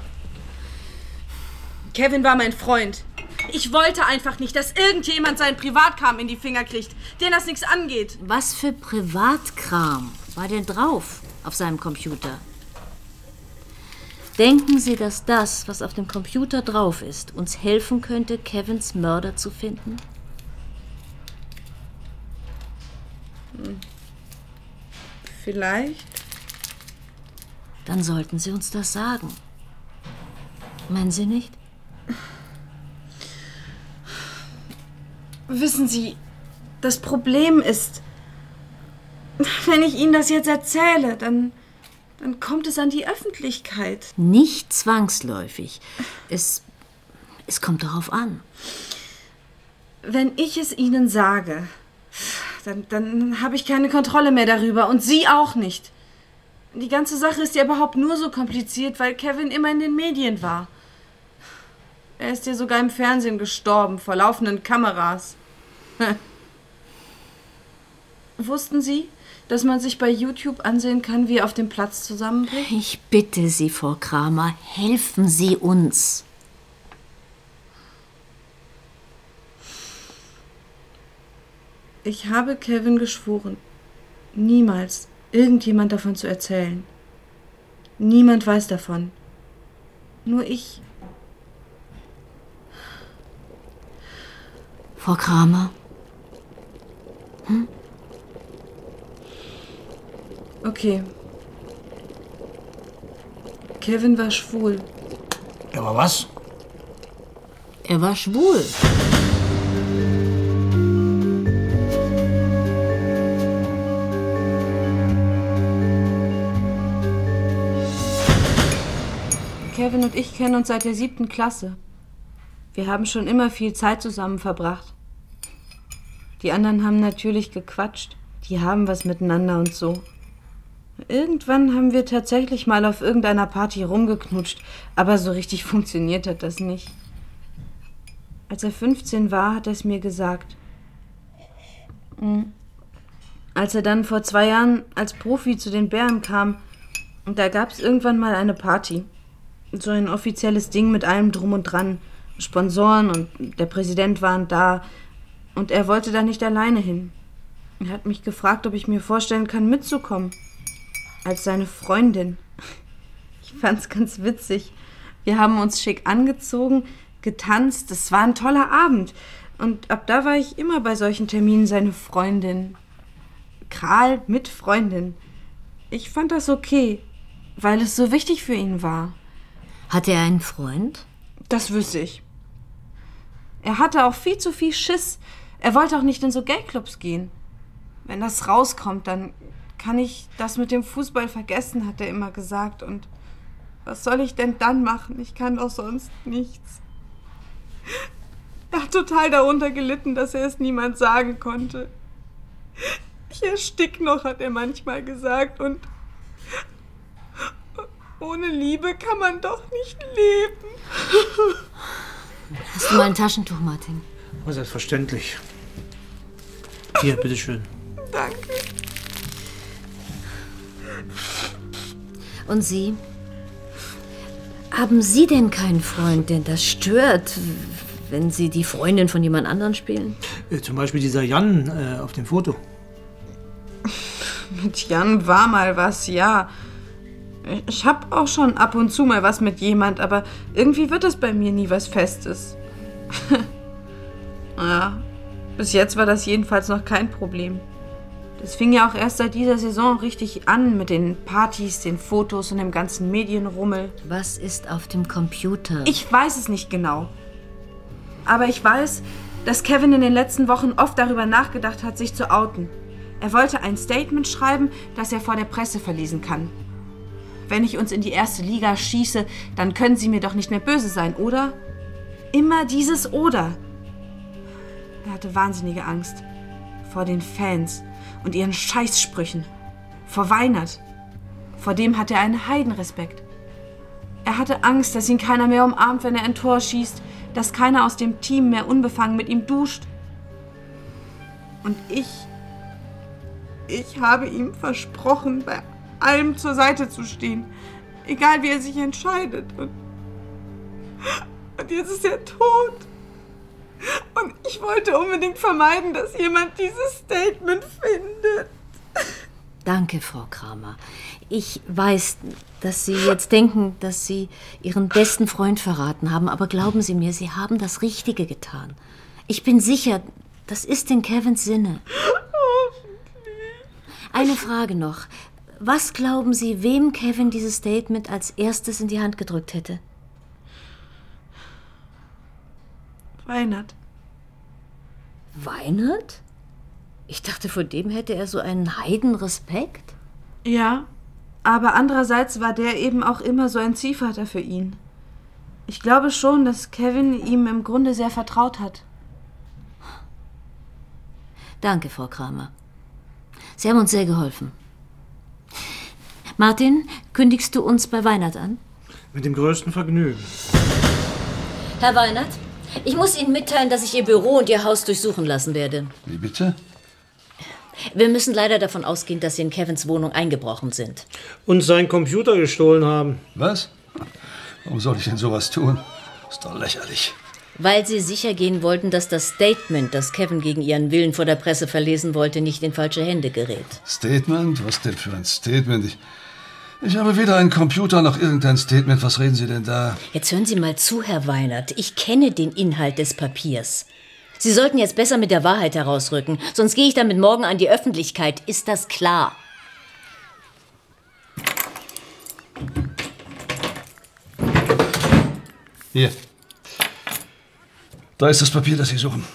Kevin war mein Freund. Ich wollte einfach nicht, dass irgendjemand seinen Privatkram in die Finger kriegt, den das nichts angeht. Was für Privatkram war denn drauf auf seinem Computer? Denken Sie, dass das, was auf dem Computer drauf ist, uns helfen könnte, Kevins Mörder zu finden? Hm. Vielleicht. Dann sollten Sie uns das sagen. Meinen Sie nicht? Wissen Sie, das Problem ist, wenn ich Ihnen das jetzt erzähle, dann, dann kommt es an die Öffentlichkeit. Nicht zwangsläufig. Es, es kommt darauf an. Wenn ich es Ihnen sage, dann, dann habe ich keine Kontrolle mehr darüber und Sie auch nicht. Die ganze Sache ist ja überhaupt nur so kompliziert, weil Kevin immer in den Medien war. Er ist ja sogar im Fernsehen gestorben, vor laufenden Kameras. Wussten Sie, dass man sich bei YouTube ansehen kann, wie er auf dem Platz zusammenbricht? Ich bitte Sie, Frau Kramer, helfen Sie uns. Ich habe Kevin geschworen, niemals irgendjemand davon zu erzählen. Niemand weiß davon. Nur ich. Frau Kramer? Hm? Okay. Kevin war schwul. Er war was? Er war schwul. Kevin und ich kennen uns seit der siebten Klasse. Wir haben schon immer viel Zeit zusammen verbracht. Die anderen haben natürlich gequatscht. Die haben was miteinander und so. Irgendwann haben wir tatsächlich mal auf irgendeiner Party rumgeknutscht, aber so richtig funktioniert hat das nicht. Als er fünfzehn war, hat er es mir gesagt. Als er dann vor zwei Jahren als Profi zu den Bären kam, und da gab es irgendwann mal eine Party. So ein offizielles Ding mit allem drum und dran. Sponsoren und der Präsident waren da. Und er wollte da nicht alleine hin. Er hat mich gefragt, ob ich mir vorstellen kann, mitzukommen. Als seine Freundin. Ich fand's ganz witzig. Wir haben uns schick angezogen, getanzt. Es war ein toller Abend. Und ab da war ich immer bei solchen Terminen seine Freundin. Kral mit Freundin. Ich fand das okay, weil es so wichtig für ihn war. Hatte er einen Freund? Das wüsste ich. Er hatte auch viel zu viel Schiss. Er wollte auch nicht in so Gayclubs gehen. Wenn das rauskommt, dann kann ich das mit dem Fußball vergessen, hat er immer gesagt. Und was soll ich denn dann machen? Ich kann doch sonst nichts. Er hat total darunter gelitten, dass er es niemand sagen konnte. Ich erstick noch, hat er manchmal gesagt. Und ohne Liebe kann man doch nicht leben. Hast du mal ein Taschentuch, Martin? Oh, selbstverständlich. Hier, bitteschön. Danke. Und Sie? Haben Sie denn keinen Freund, den das stört, wenn Sie die Freundin von jemand anderem spielen? Äh, zum Beispiel dieser Jan äh, auf dem Foto. Mit Jan war mal was, ja. Ich hab auch schon ab und zu mal was mit jemand, aber irgendwie wird es bei mir nie was Festes. Ja, bis jetzt war das jedenfalls noch kein Problem. Das fing ja auch erst seit dieser Saison richtig an mit den Partys, den Fotos und dem ganzen Medienrummel. Was ist auf dem Computer? Ich weiß es nicht genau. Aber ich weiß, dass Kevin in den letzten Wochen oft darüber nachgedacht hat, sich zu outen. Er wollte ein Statement schreiben, das er vor der Presse verlesen kann. wenn ich uns in die erste Liga schieße, dann können Sie mir doch nicht mehr böse sein, oder? Immer dieses Oder. Er hatte wahnsinnige Angst. Vor den Fans und ihren Scheißsprüchen. Vor Weinert. Vor dem hatte er einen Heidenrespekt. Er hatte Angst, dass ihn keiner mehr umarmt, wenn er ein Tor schießt, dass keiner aus dem Team mehr unbefangen mit ihm duscht. Und ich, ich habe ihm versprochen, bei allem zur Seite zu stehen, egal wie er sich entscheidet. Und, und jetzt ist er tot. Und ich wollte unbedingt vermeiden, dass jemand dieses Statement findet. Danke, Frau Kramer. Ich weiß, dass Sie jetzt denken, dass Sie Ihren besten Freund verraten haben, aber glauben Sie mir, Sie haben das Richtige getan. Ich bin sicher, das ist in Kevins Sinne. Eine Frage noch. Was glauben Sie, wem Kevin dieses Statement als erstes in die Hand gedrückt hätte? Weinert. Weinert? Ich dachte, vor dem hätte er so einen Heidenrespekt. Ja, aber andererseits war der eben auch immer so ein Ziehvater für ihn. Ich glaube schon, dass Kevin ihm im Grunde sehr vertraut hat. Danke, Frau Kramer. Sie haben uns sehr geholfen. Martin, kündigst du uns bei Weinert an? Mit dem größten Vergnügen. Herr Weinert, ich muss Ihnen mitteilen, dass ich Ihr Büro und Ihr Haus durchsuchen lassen werde. Wie bitte? Wir müssen leider davon ausgehen, dass Sie in Kevins Wohnung eingebrochen sind. Und seinen Computer gestohlen haben. Was? Warum soll ich denn sowas tun? Ist doch lächerlich. Weil Sie sicher gehen wollten, dass das Statement, das Kevin gegen Ihren Willen vor der Presse verlesen wollte, nicht in falsche Hände gerät. Statement? Was denn für ein Statement? Ich, ich habe weder einen Computer noch irgendein Statement. Was reden Sie denn da? Jetzt hören Sie mal zu, Herr Weinert. Ich kenne den Inhalt des Papiers. Sie sollten jetzt besser mit der Wahrheit herausrücken, sonst gehe ich damit morgen an die Öffentlichkeit. Ist das klar? Hier. Da ist das Papier, das Sie suchen.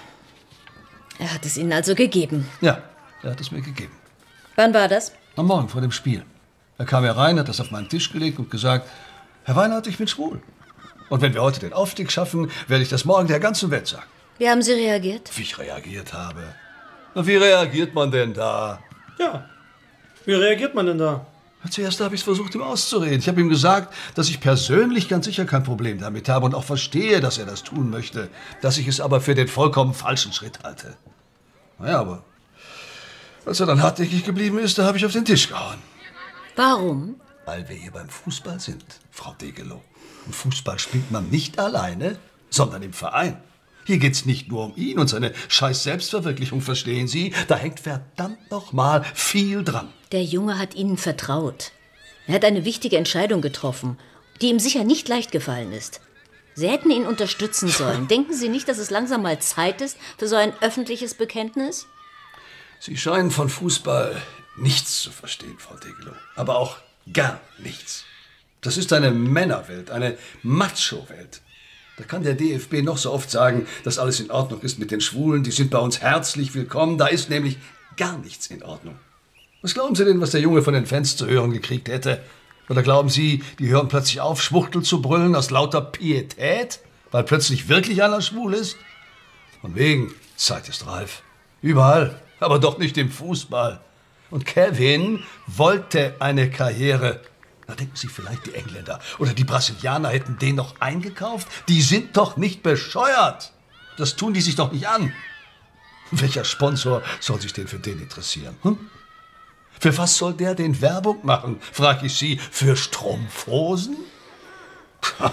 Er hat es Ihnen also gegeben. Ja, er hat es mir gegeben. Wann war das? Am Morgen vor dem Spiel. Er kam herein, hat das auf meinen Tisch gelegt und gesagt, Herr Weinert, ich bin schwul. Und wenn wir heute den Aufstieg schaffen, werde ich das morgen der ganzen Welt sagen. Wie haben Sie reagiert? Wie ich reagiert habe? Na, wie reagiert man denn da? Ja, wie reagiert man denn da? Zuerst habe ich es versucht, ihm auszureden. Ich habe ihm gesagt, dass ich persönlich ganz sicher kein Problem damit habe und auch verstehe, dass er das tun möchte, dass ich es aber für den vollkommen falschen Schritt halte. Naja, aber als er dann hartnäckig geblieben ist, da habe ich auf den Tisch gehauen. Warum? Weil wir hier beim Fußball sind, Frau Degelow. Und Fußball spielt man nicht alleine, sondern im Verein. Hier geht's nicht nur um ihn und seine scheiß Selbstverwirklichung, verstehen Sie? Da hängt verdammt noch mal viel dran. Der Junge hat Ihnen vertraut. Er hat eine wichtige Entscheidung getroffen, die ihm sicher nicht leicht gefallen ist. Sie hätten ihn unterstützen sollen. Denken Sie nicht, dass es langsam mal Zeit ist für so ein öffentliches Bekenntnis? Sie scheinen von Fußball nichts zu verstehen, Frau Degelow. Aber auch gar nichts. Das ist eine Männerwelt, eine Macho-Welt. Da kann der D F B noch so oft sagen, dass alles in Ordnung ist mit den Schwulen, die sind bei uns herzlich willkommen. Da ist nämlich gar nichts in Ordnung. Was glauben Sie denn, was der Junge von den Fans zu hören gekriegt hätte? Oder glauben Sie, die hören plötzlich auf, Schwuchtel zu brüllen aus lauter Pietät, weil plötzlich wirklich einer schwul ist? Von wegen, Zeit ist reif. Überall, aber doch nicht im Fußball. Und Kevin wollte eine Karriere. Na, denken Sie, vielleicht die Engländer oder die Brasilianer hätten den noch eingekauft? Die sind doch nicht bescheuert. Das tun die sich doch nicht an. Welcher Sponsor soll sich denn für den interessieren? Hm? Für was soll der denn Werbung machen, frage ich Sie. Für Strumpfhosen? Puh.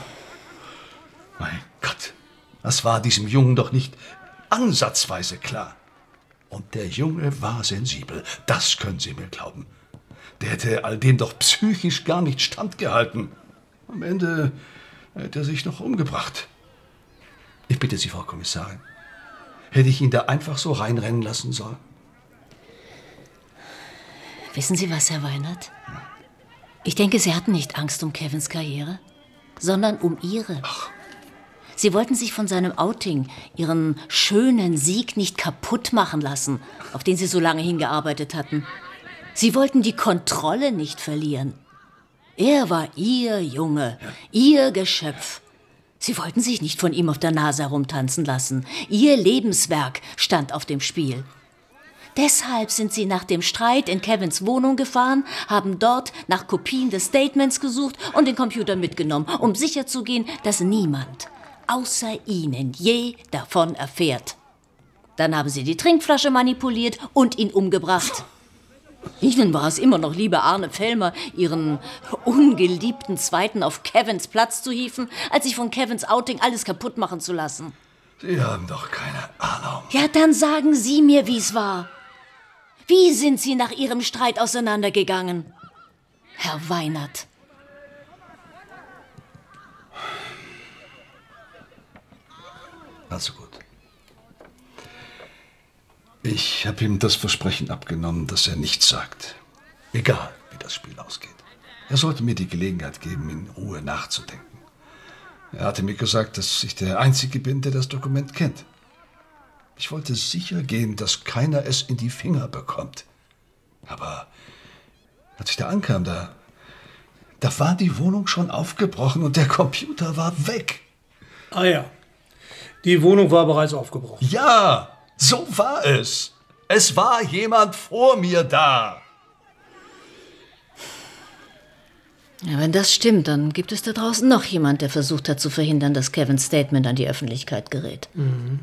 Mein Gott, das war diesem Jungen doch nicht ansatzweise klar. Und der Junge war sensibel, das können Sie mir glauben. Der hätte all dem doch psychisch gar nicht standgehalten. Am Ende hätte er sich noch umgebracht. Ich bitte Sie, Frau Kommissarin, hätte ich ihn da einfach so reinrennen lassen sollen? Wissen Sie was, Herr Weinert? Ich denke, Sie hatten nicht Angst um Kevins Karriere, sondern um Ihre. Ach. Sie wollten sich von seinem Outing, Ihren schönen Sieg, nicht kaputt machen lassen, auf den Sie so lange hingearbeitet hatten. Sie wollten die Kontrolle nicht verlieren. Er war ihr Junge, ihr Geschöpf. Sie wollten sich nicht von ihm auf der Nase herumtanzen lassen. Ihr Lebenswerk stand auf dem Spiel. Deshalb sind sie nach dem Streit in Kevins Wohnung gefahren, haben dort nach Kopien des Statements gesucht und den Computer mitgenommen, um sicherzugehen, dass niemand außer ihnen je davon erfährt. Dann haben sie die Trinkflasche manipuliert und ihn umgebracht. Ihnen war es immer noch lieber, Arne Fellmer, ihren ungeliebten Zweiten, auf Kevins Platz zu hieven, als sich von Kevins Outing alles kaputt machen zu lassen. Sie haben doch keine Ahnung. Ja, dann sagen Sie mir, wie es war. Wie sind Sie nach Ihrem Streit auseinandergegangen, Herr Weinert? Also gut. Ich habe ihm das Versprechen abgenommen, dass er nichts sagt. Egal, wie das Spiel ausgeht. Er sollte mir die Gelegenheit geben, in Ruhe nachzudenken. Er hatte mir gesagt, dass ich der Einzige bin, der das Dokument kennt. Ich wollte sicher gehen, dass keiner es in die Finger bekommt. Aber als ich da ankam, da, da war die Wohnung schon aufgebrochen und der Computer war weg. Ah ja, die Wohnung war bereits aufgebrochen. Ja, so war es. Es war jemand vor mir da. Ja, wenn das stimmt, dann gibt es da draußen noch jemand, der versucht hat zu verhindern, dass Kevins Statement an die Öffentlichkeit gerät. Mhm.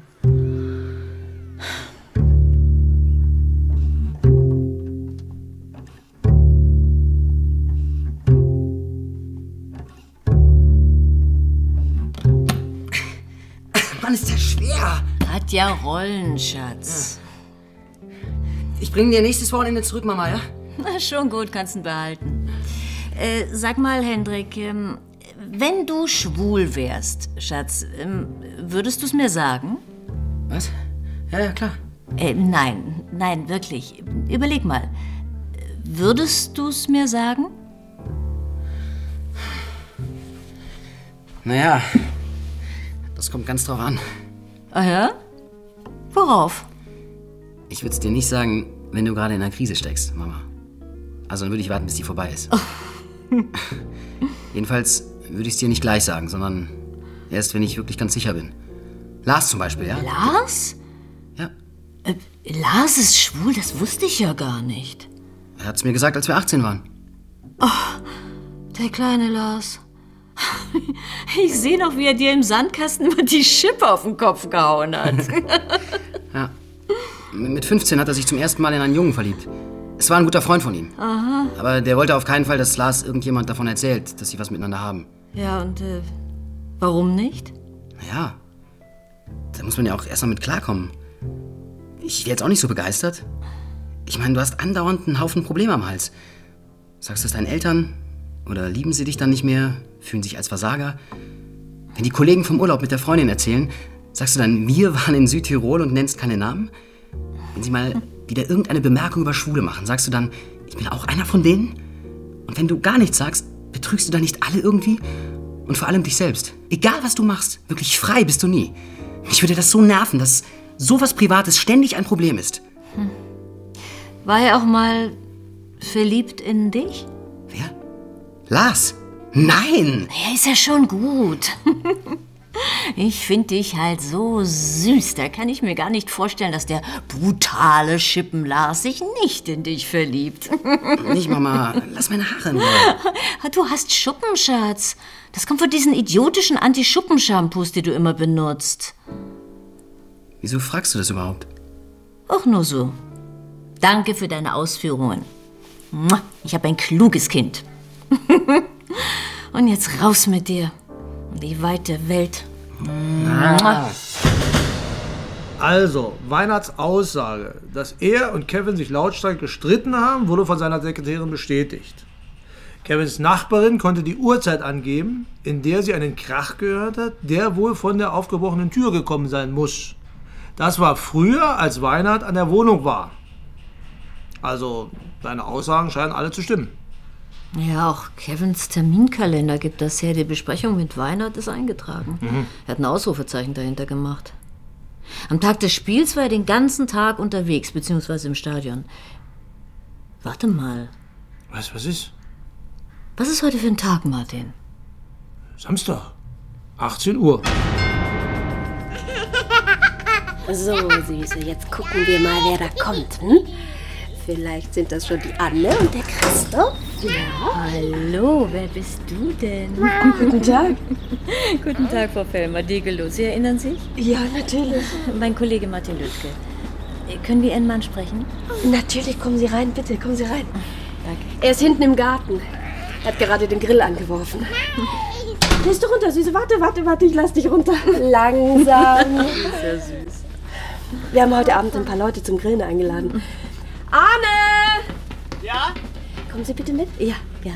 Mann, ist das schwer. Hat ja Rollen, Schatz. Ich bringe dir nächstes Wochenende zurück, Mama, ja? Na, schon gut, kannst ihn behalten. Äh, sag mal, Hendrik, ähm, wenn du schwul wärst, Schatz, ähm, würdest du es mir sagen? Was? Ja, ja, klar. Äh, nein, nein, wirklich. Überleg mal. Würdest du es mir sagen? Naja, das kommt ganz drauf an. Ah ja? Worauf? Ich würde es dir nicht sagen, wenn du gerade in einer Krise steckst, Mama. Also dann würde ich warten, bis die vorbei ist. Oh. Jedenfalls würde ich es dir nicht gleich sagen, sondern erst, wenn ich wirklich ganz sicher bin. Lars zum Beispiel, ja? Lars? Ja. Äh, Lars ist schwul, das wusste ich ja gar nicht. Er hat es mir gesagt, als wir achtzehn waren. Oh, der kleine Lars. Ich sehe noch, wie er dir im Sandkasten über die Schippe auf den Kopf gehauen hat. Ja. Mit fünfzehn hat er sich zum ersten Mal in einen Jungen verliebt. Es war ein guter Freund von ihm. Aha. Aber der wollte auf keinen Fall, dass Lars irgendjemand davon erzählt, dass sie was miteinander haben. Ja, und äh, warum nicht? Naja, da muss man ja auch erst mal mit klarkommen. Ich wäre jetzt auch nicht so begeistert. Ich meine, du hast andauernd einen Haufen Probleme am Hals. Sagst du es deinen Eltern? Oder lieben sie dich dann nicht mehr? Fühlen sich als Versager? Wenn die Kollegen vom Urlaub mit der Freundin erzählen, sagst du dann, wir waren in Südtirol und nennst keine Namen? Wenn sie mal wieder irgendeine Bemerkung über Schwule machen, sagst du dann, ich bin auch einer von denen? Und wenn du gar nichts sagst, betrügst du dann nicht alle irgendwie? Und vor allem dich selbst. Egal, was du machst, wirklich frei bist du nie. Mich würde das so nerven, dass sowas Privates ständig ein Problem ist. Hm. War er auch mal verliebt in dich? Wer? Lars? Nein! Ja, ist ja schon gut. Ich finde dich halt so süß. Da kann ich mir gar nicht vorstellen, dass der brutale Schippen-Lars sich nicht in dich verliebt. Nicht, Mama. Lass meine Haare in Ruhe. Du hast Schuppen, Schatz. Das kommt von diesen idiotischen Anti-Schuppen-Shampoos, die du immer benutzt. Wieso fragst du das überhaupt? Auch nur so. Danke für deine Ausführungen. Ich habe ein kluges Kind. Und jetzt raus mit dir. In die weite Welt. Ah. Also, Weinerts Aussage, dass er und Kevin sich lautstark gestritten haben, wurde von seiner Sekretärin bestätigt. Kevins Nachbarin konnte die Uhrzeit angeben, in der sie einen Krach gehört hat, der wohl von der aufgebrochenen Tür gekommen sein muss. Das war früher, als Weinert an der Wohnung war. Also, seine Aussagen scheinen alle zu stimmen. Ja, auch Kevins Terminkalender gibt das her. Die Besprechung mit Weinert ist eingetragen. Mhm. Er hat ein Ausrufezeichen dahinter gemacht. Am Tag des Spiels war er den ganzen Tag unterwegs, beziehungsweise im Stadion. Warte mal. Was, was ist? Was ist heute für ein Tag, Martin? Samstag, achtzehn Uhr. So, Süße, jetzt gucken wir mal, wer da kommt. Hm? Vielleicht sind das schon die Anne und der Christoph. Ja. Hallo, wer bist du denn? Guten Tag. Guten Tag, Frau Fellmer, Degelow. Sie erinnern sich? Ja, natürlich. Mein Kollege Martin Lüttke. Können wir Ihren Mann sprechen? Natürlich, kommen Sie rein, bitte, kommen Sie rein. Danke. Er ist hinten im Garten. Er hat gerade den Grill angeworfen. Gehst du runter, Süße? Warte, warte, warte, ich lass dich runter. Langsam. Das ist ja süß. Wir haben heute Abend ein paar Leute zum Grillen eingeladen. Arne! Ja? Kommen Sie bitte mit? Ja, gern.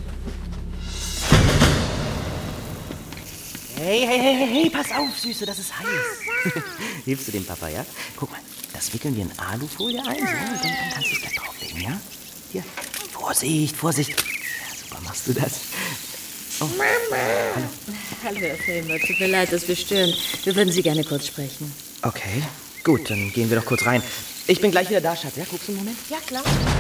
Hey, hey, hey, hey, hey, pass auf, Süße, das ist heiß. Hilfst du dem Papa, ja? Guck mal, das wickeln wir in Alufolie ein, so, und dann, dann kannst du es gleich drauflegen, ja? Hier, Vorsicht, Vorsicht. Ja, super, machst du das. Oh. Mama! Hallo. Hallo, Herr Fellmer, tut mir leid, dass wir stören. Wir würden Sie gerne kurz sprechen. Okay, gut, dann gehen wir doch kurz rein. Ich bin gleich wieder da, Schatz, ja? Guckst du einen Moment? Ja, klar.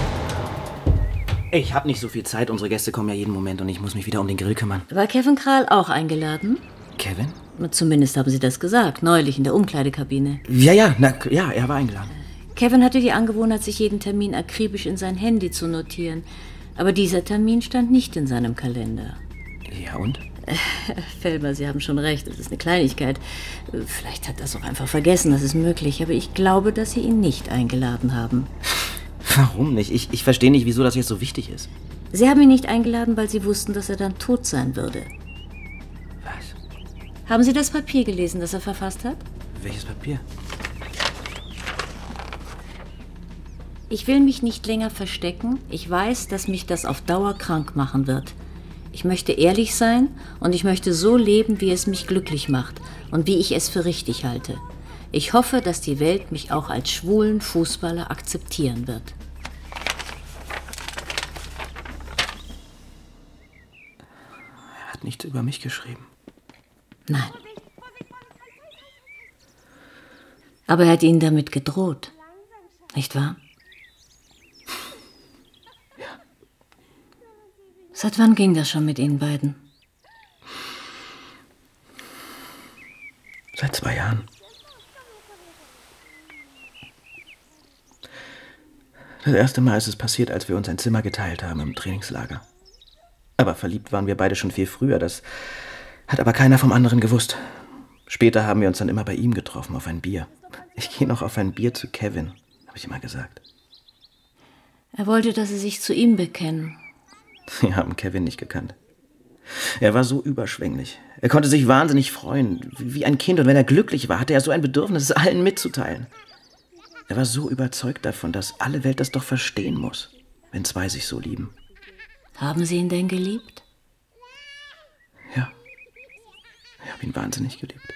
Ich habe nicht so viel Zeit, unsere Gäste kommen ja jeden Moment und ich muss mich wieder um den Grill kümmern. War Kevin Kral auch eingeladen? Kevin? Zumindest haben Sie das gesagt, neulich in der Umkleidekabine. Ja, ja, na, ja, er war eingeladen. Kevin hatte die Angewohnheit, sich jeden Termin akribisch in sein Handy zu notieren. Aber dieser Termin stand nicht in seinem Kalender. Ja, und? Fellmer, Sie haben schon recht, das ist eine Kleinigkeit. Vielleicht hat er es auch einfach vergessen, das ist möglich. Aber ich glaube, dass Sie ihn nicht eingeladen haben. Warum nicht? Ich, ich verstehe nicht, wieso das jetzt so wichtig ist. Sie haben ihn nicht eingeladen, weil Sie wussten, dass er dann tot sein würde. Was? Haben Sie das Papier gelesen, das er verfasst hat? Welches Papier? Ich will mich nicht länger verstecken. Ich weiß, dass mich das auf Dauer krank machen wird. Ich möchte ehrlich sein und ich möchte so leben, wie es mich glücklich macht und wie ich es für richtig halte. Ich hoffe, dass die Welt mich auch als schwulen Fußballer akzeptieren wird. Er hat nichts über mich geschrieben. Nein. Aber er hat Ihnen damit gedroht. Nicht wahr? Ja. Seit wann ging das schon mit Ihnen beiden? Seit zwei Jahren. Das erste Mal ist es passiert, als wir uns ein Zimmer geteilt haben im Trainingslager. Aber verliebt waren wir beide schon viel früher, das hat aber keiner vom anderen gewusst. Später haben wir uns dann immer bei ihm getroffen, auf ein Bier. Ich gehe noch auf ein Bier zu Kevin, habe ich immer gesagt. Er wollte, dass Sie sich zu ihm bekennen. Sie haben Kevin nicht gekannt. Er war so überschwänglich. Er konnte sich wahnsinnig freuen, wie ein Kind. Und wenn er glücklich war, hatte er so ein Bedürfnis, es allen mitzuteilen. Er war so überzeugt davon, dass alle Welt das doch verstehen muss, wenn zwei sich so lieben. Haben Sie ihn denn geliebt? Ja. Ich habe ihn wahnsinnig geliebt.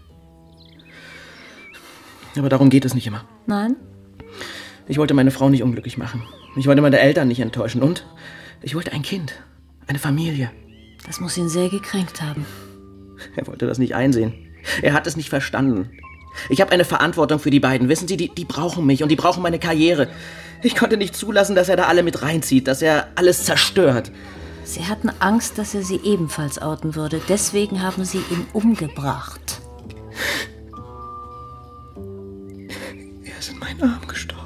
Aber darum geht es nicht immer. Nein? Ich wollte meine Frau nicht unglücklich machen. Ich wollte meine Eltern nicht enttäuschen. Und ich wollte ein Kind, eine Familie. Das muss ihn sehr gekränkt haben. Er wollte das nicht einsehen. Er hat es nicht verstanden. Ich habe eine Verantwortung für die beiden. Wissen Sie, die, die brauchen mich und die brauchen meine Karriere. Ich konnte nicht zulassen, dass er da alle mit reinzieht, dass er alles zerstört. Sie hatten Angst, dass er Sie ebenfalls outen würde. Deswegen haben Sie ihn umgebracht. Er ist in meinen Armen gestorben.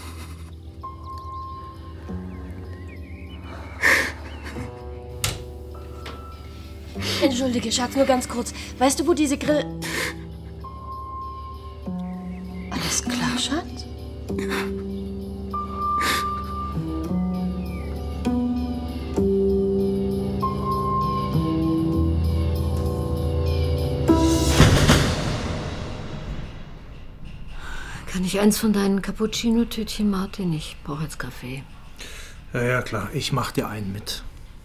Entschuldige, Schatz, nur ganz kurz. Weißt du, wo diese Grill... Alles klar, Schatz? Kann ich eins von deinen Cappuccino-Tütchen, Martin? Ich brauche jetzt Kaffee. Ja, ja, klar. Ich mach dir einen mit.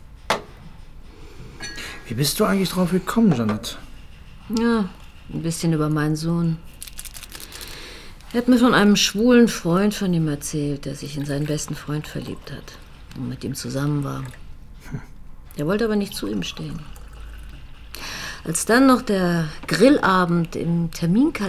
Wie bist du eigentlich drauf gekommen, Jeanette? Ja, ein bisschen über meinen Sohn. Er hat mir von einem schwulen Freund von ihm erzählt, der sich in seinen besten Freund verliebt hat und mit ihm zusammen war. Er wollte aber nicht zu ihm stehen. Als dann noch der Grillabend im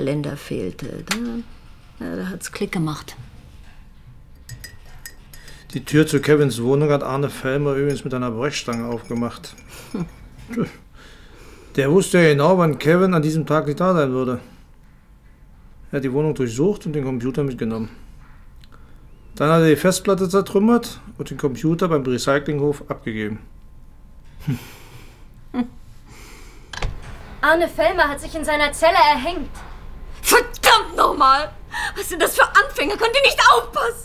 Terminkalender fehlte, da, ja, da hat's Klick gemacht. Die Tür zu Kevins Wohnung hat Arne Fellmer übrigens mit einer Brechstange aufgemacht. Hm. Der wusste ja genau, wann Kevin an diesem Tag nicht da sein würde. Er hat die Wohnung durchsucht und den Computer mitgenommen. Dann hat er die Festplatte zertrümmert und den Computer beim Recyclinghof abgegeben. Hm. Hm. Arne Fellmer hat sich in seiner Zelle erhängt. Verdammt nochmal! Was sind das für Anfänger? Könnt ihr nicht aufpassen?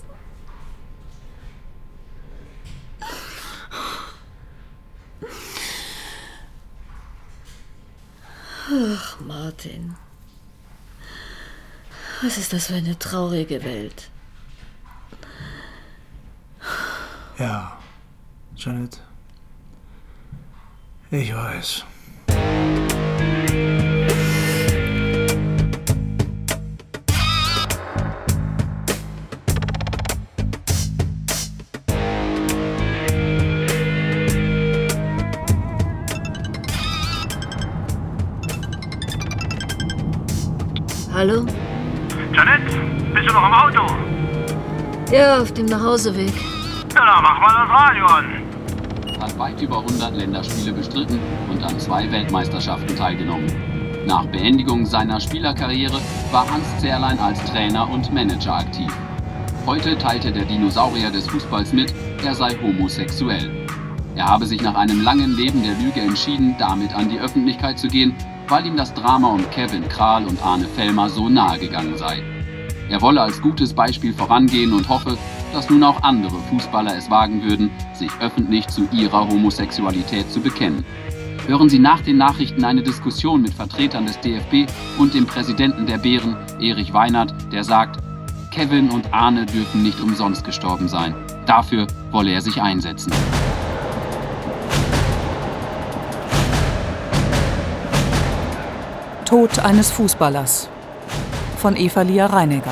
Ach, Martin. Was ist das für eine traurige Welt? Ja, Janet. Ich weiß. Hallo? Janet, bist du noch im Auto? Ja, auf dem Nachhauseweg. Ja, dann mach mal das Radio an. Hat weit über hundert Länderspiele bestritten und an zwei Weltmeisterschaften teilgenommen. Nach Beendigung seiner Spielerkarriere war Hans Zerlein als Trainer und Manager aktiv. Heute teilte der Dinosaurier des Fußballs mit, er sei homosexuell. Er habe sich nach einem langen Leben der Lüge entschieden, damit an die Öffentlichkeit zu gehen, weil ihm das Drama um Kevin Kral und Arne Fellmer so nahe gegangen sei. Er wolle als gutes Beispiel vorangehen und hoffe, dass nun auch andere Fußballer es wagen würden, sich öffentlich zu ihrer Homosexualität zu bekennen. Hören Sie nach den Nachrichten eine Diskussion mit Vertretern des D F B und dem Präsidenten der Bären, Erich Weinert, der sagt, Kevin und Arne dürfen nicht umsonst gestorben sein. Dafür wolle er sich einsetzen. Tod eines Fußballers von Eva-Lia Reinegger.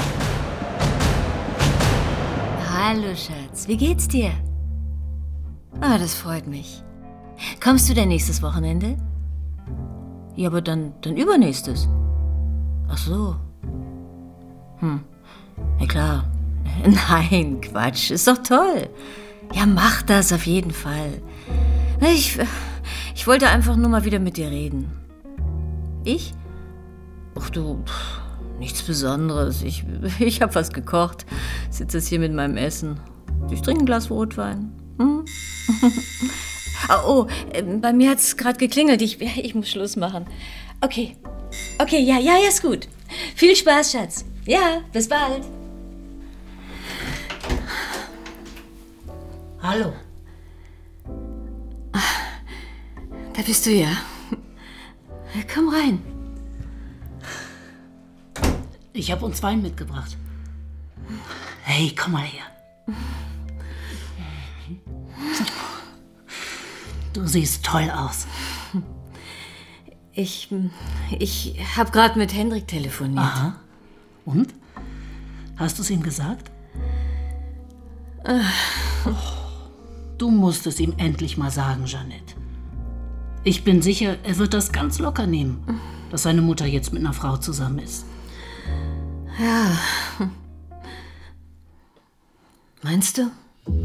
Hallo, Schatz. Wie geht's dir? Ah, das freut mich. Kommst du denn nächstes Wochenende? Ja, aber dann, dann übernächstes. Ach so. Hm. Ja, klar. Nein, Quatsch. Ist doch toll. Ja, mach das auf jeden Fall. Ich, ich wollte einfach nur mal wieder mit dir reden. Ich? Ach du, nichts Besonderes. Ich, ich habe was gekocht. Sitze jetzt hier mit meinem Essen. Ich trinke ein Glas Rotwein. Hm? Oh, bei mir hat es gerade geklingelt. Ich, ich muss Schluss machen. Okay. Okay, ja, ja, ja, ist gut. Viel Spaß, Schatz. Ja, bis bald. Hallo. Da bist du ja. Komm rein. Ich habe uns Wein mitgebracht. Hey, komm mal her. Du siehst toll aus. Ich, ich habe gerade mit Hendrik telefoniert. Aha. Und? Hast du es ihm gesagt? Äh. Du musst es ihm endlich mal sagen, Jeanette. Ich bin sicher, er wird das ganz locker nehmen, dass seine Mutter jetzt mit einer Frau zusammen ist. Ja. Meinst du?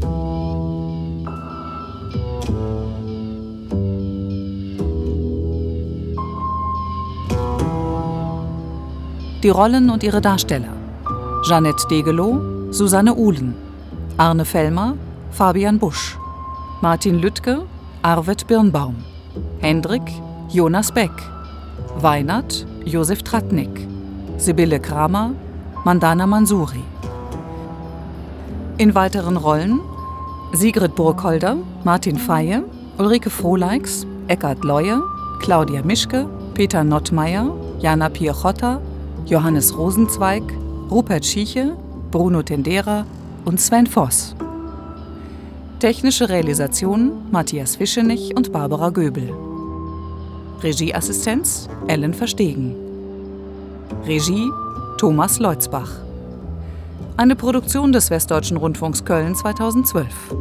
Die Rollen und ihre Darsteller: Jeanette Degelow, Susanne Uhlen, Arne Fellmer, Fabian Busch, Martin Lüttke, Arvid Birnbaum, Hendrik, Jonas Beck, Weinert, Josef Tratnik, Sibylle Kramer, Mandana Mansouri. In weiteren Rollen Sigrid Burkholder, Martin Feye, Ulrike Frohleix, Eckhard Leue, Claudia Mischke, Peter Nottmeier, Jana Piochotta, Johannes Rosenzweig, Rupert Schieche, Bruno Tendera und Sven Voss. Technische Realisation Matthias Fischenich und Barbara Göbel. Regieassistenz Ellen Verstegen. Regie Thomas Leutzbach. Eine Produktion des Westdeutschen Rundfunks Köln zweitausendzwölf.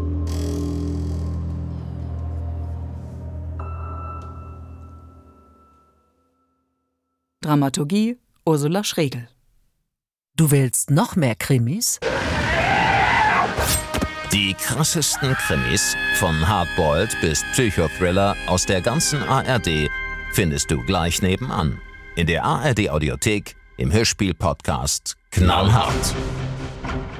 Dramaturgie Ursula Schregel. Du willst noch mehr Krimis? Die krassesten Krimis, von Hardboiled bis Psychothriller aus der ganzen A R D, findest du gleich nebenan. In der A R D Audiothek, im Hörspiel-Podcast Knallhart.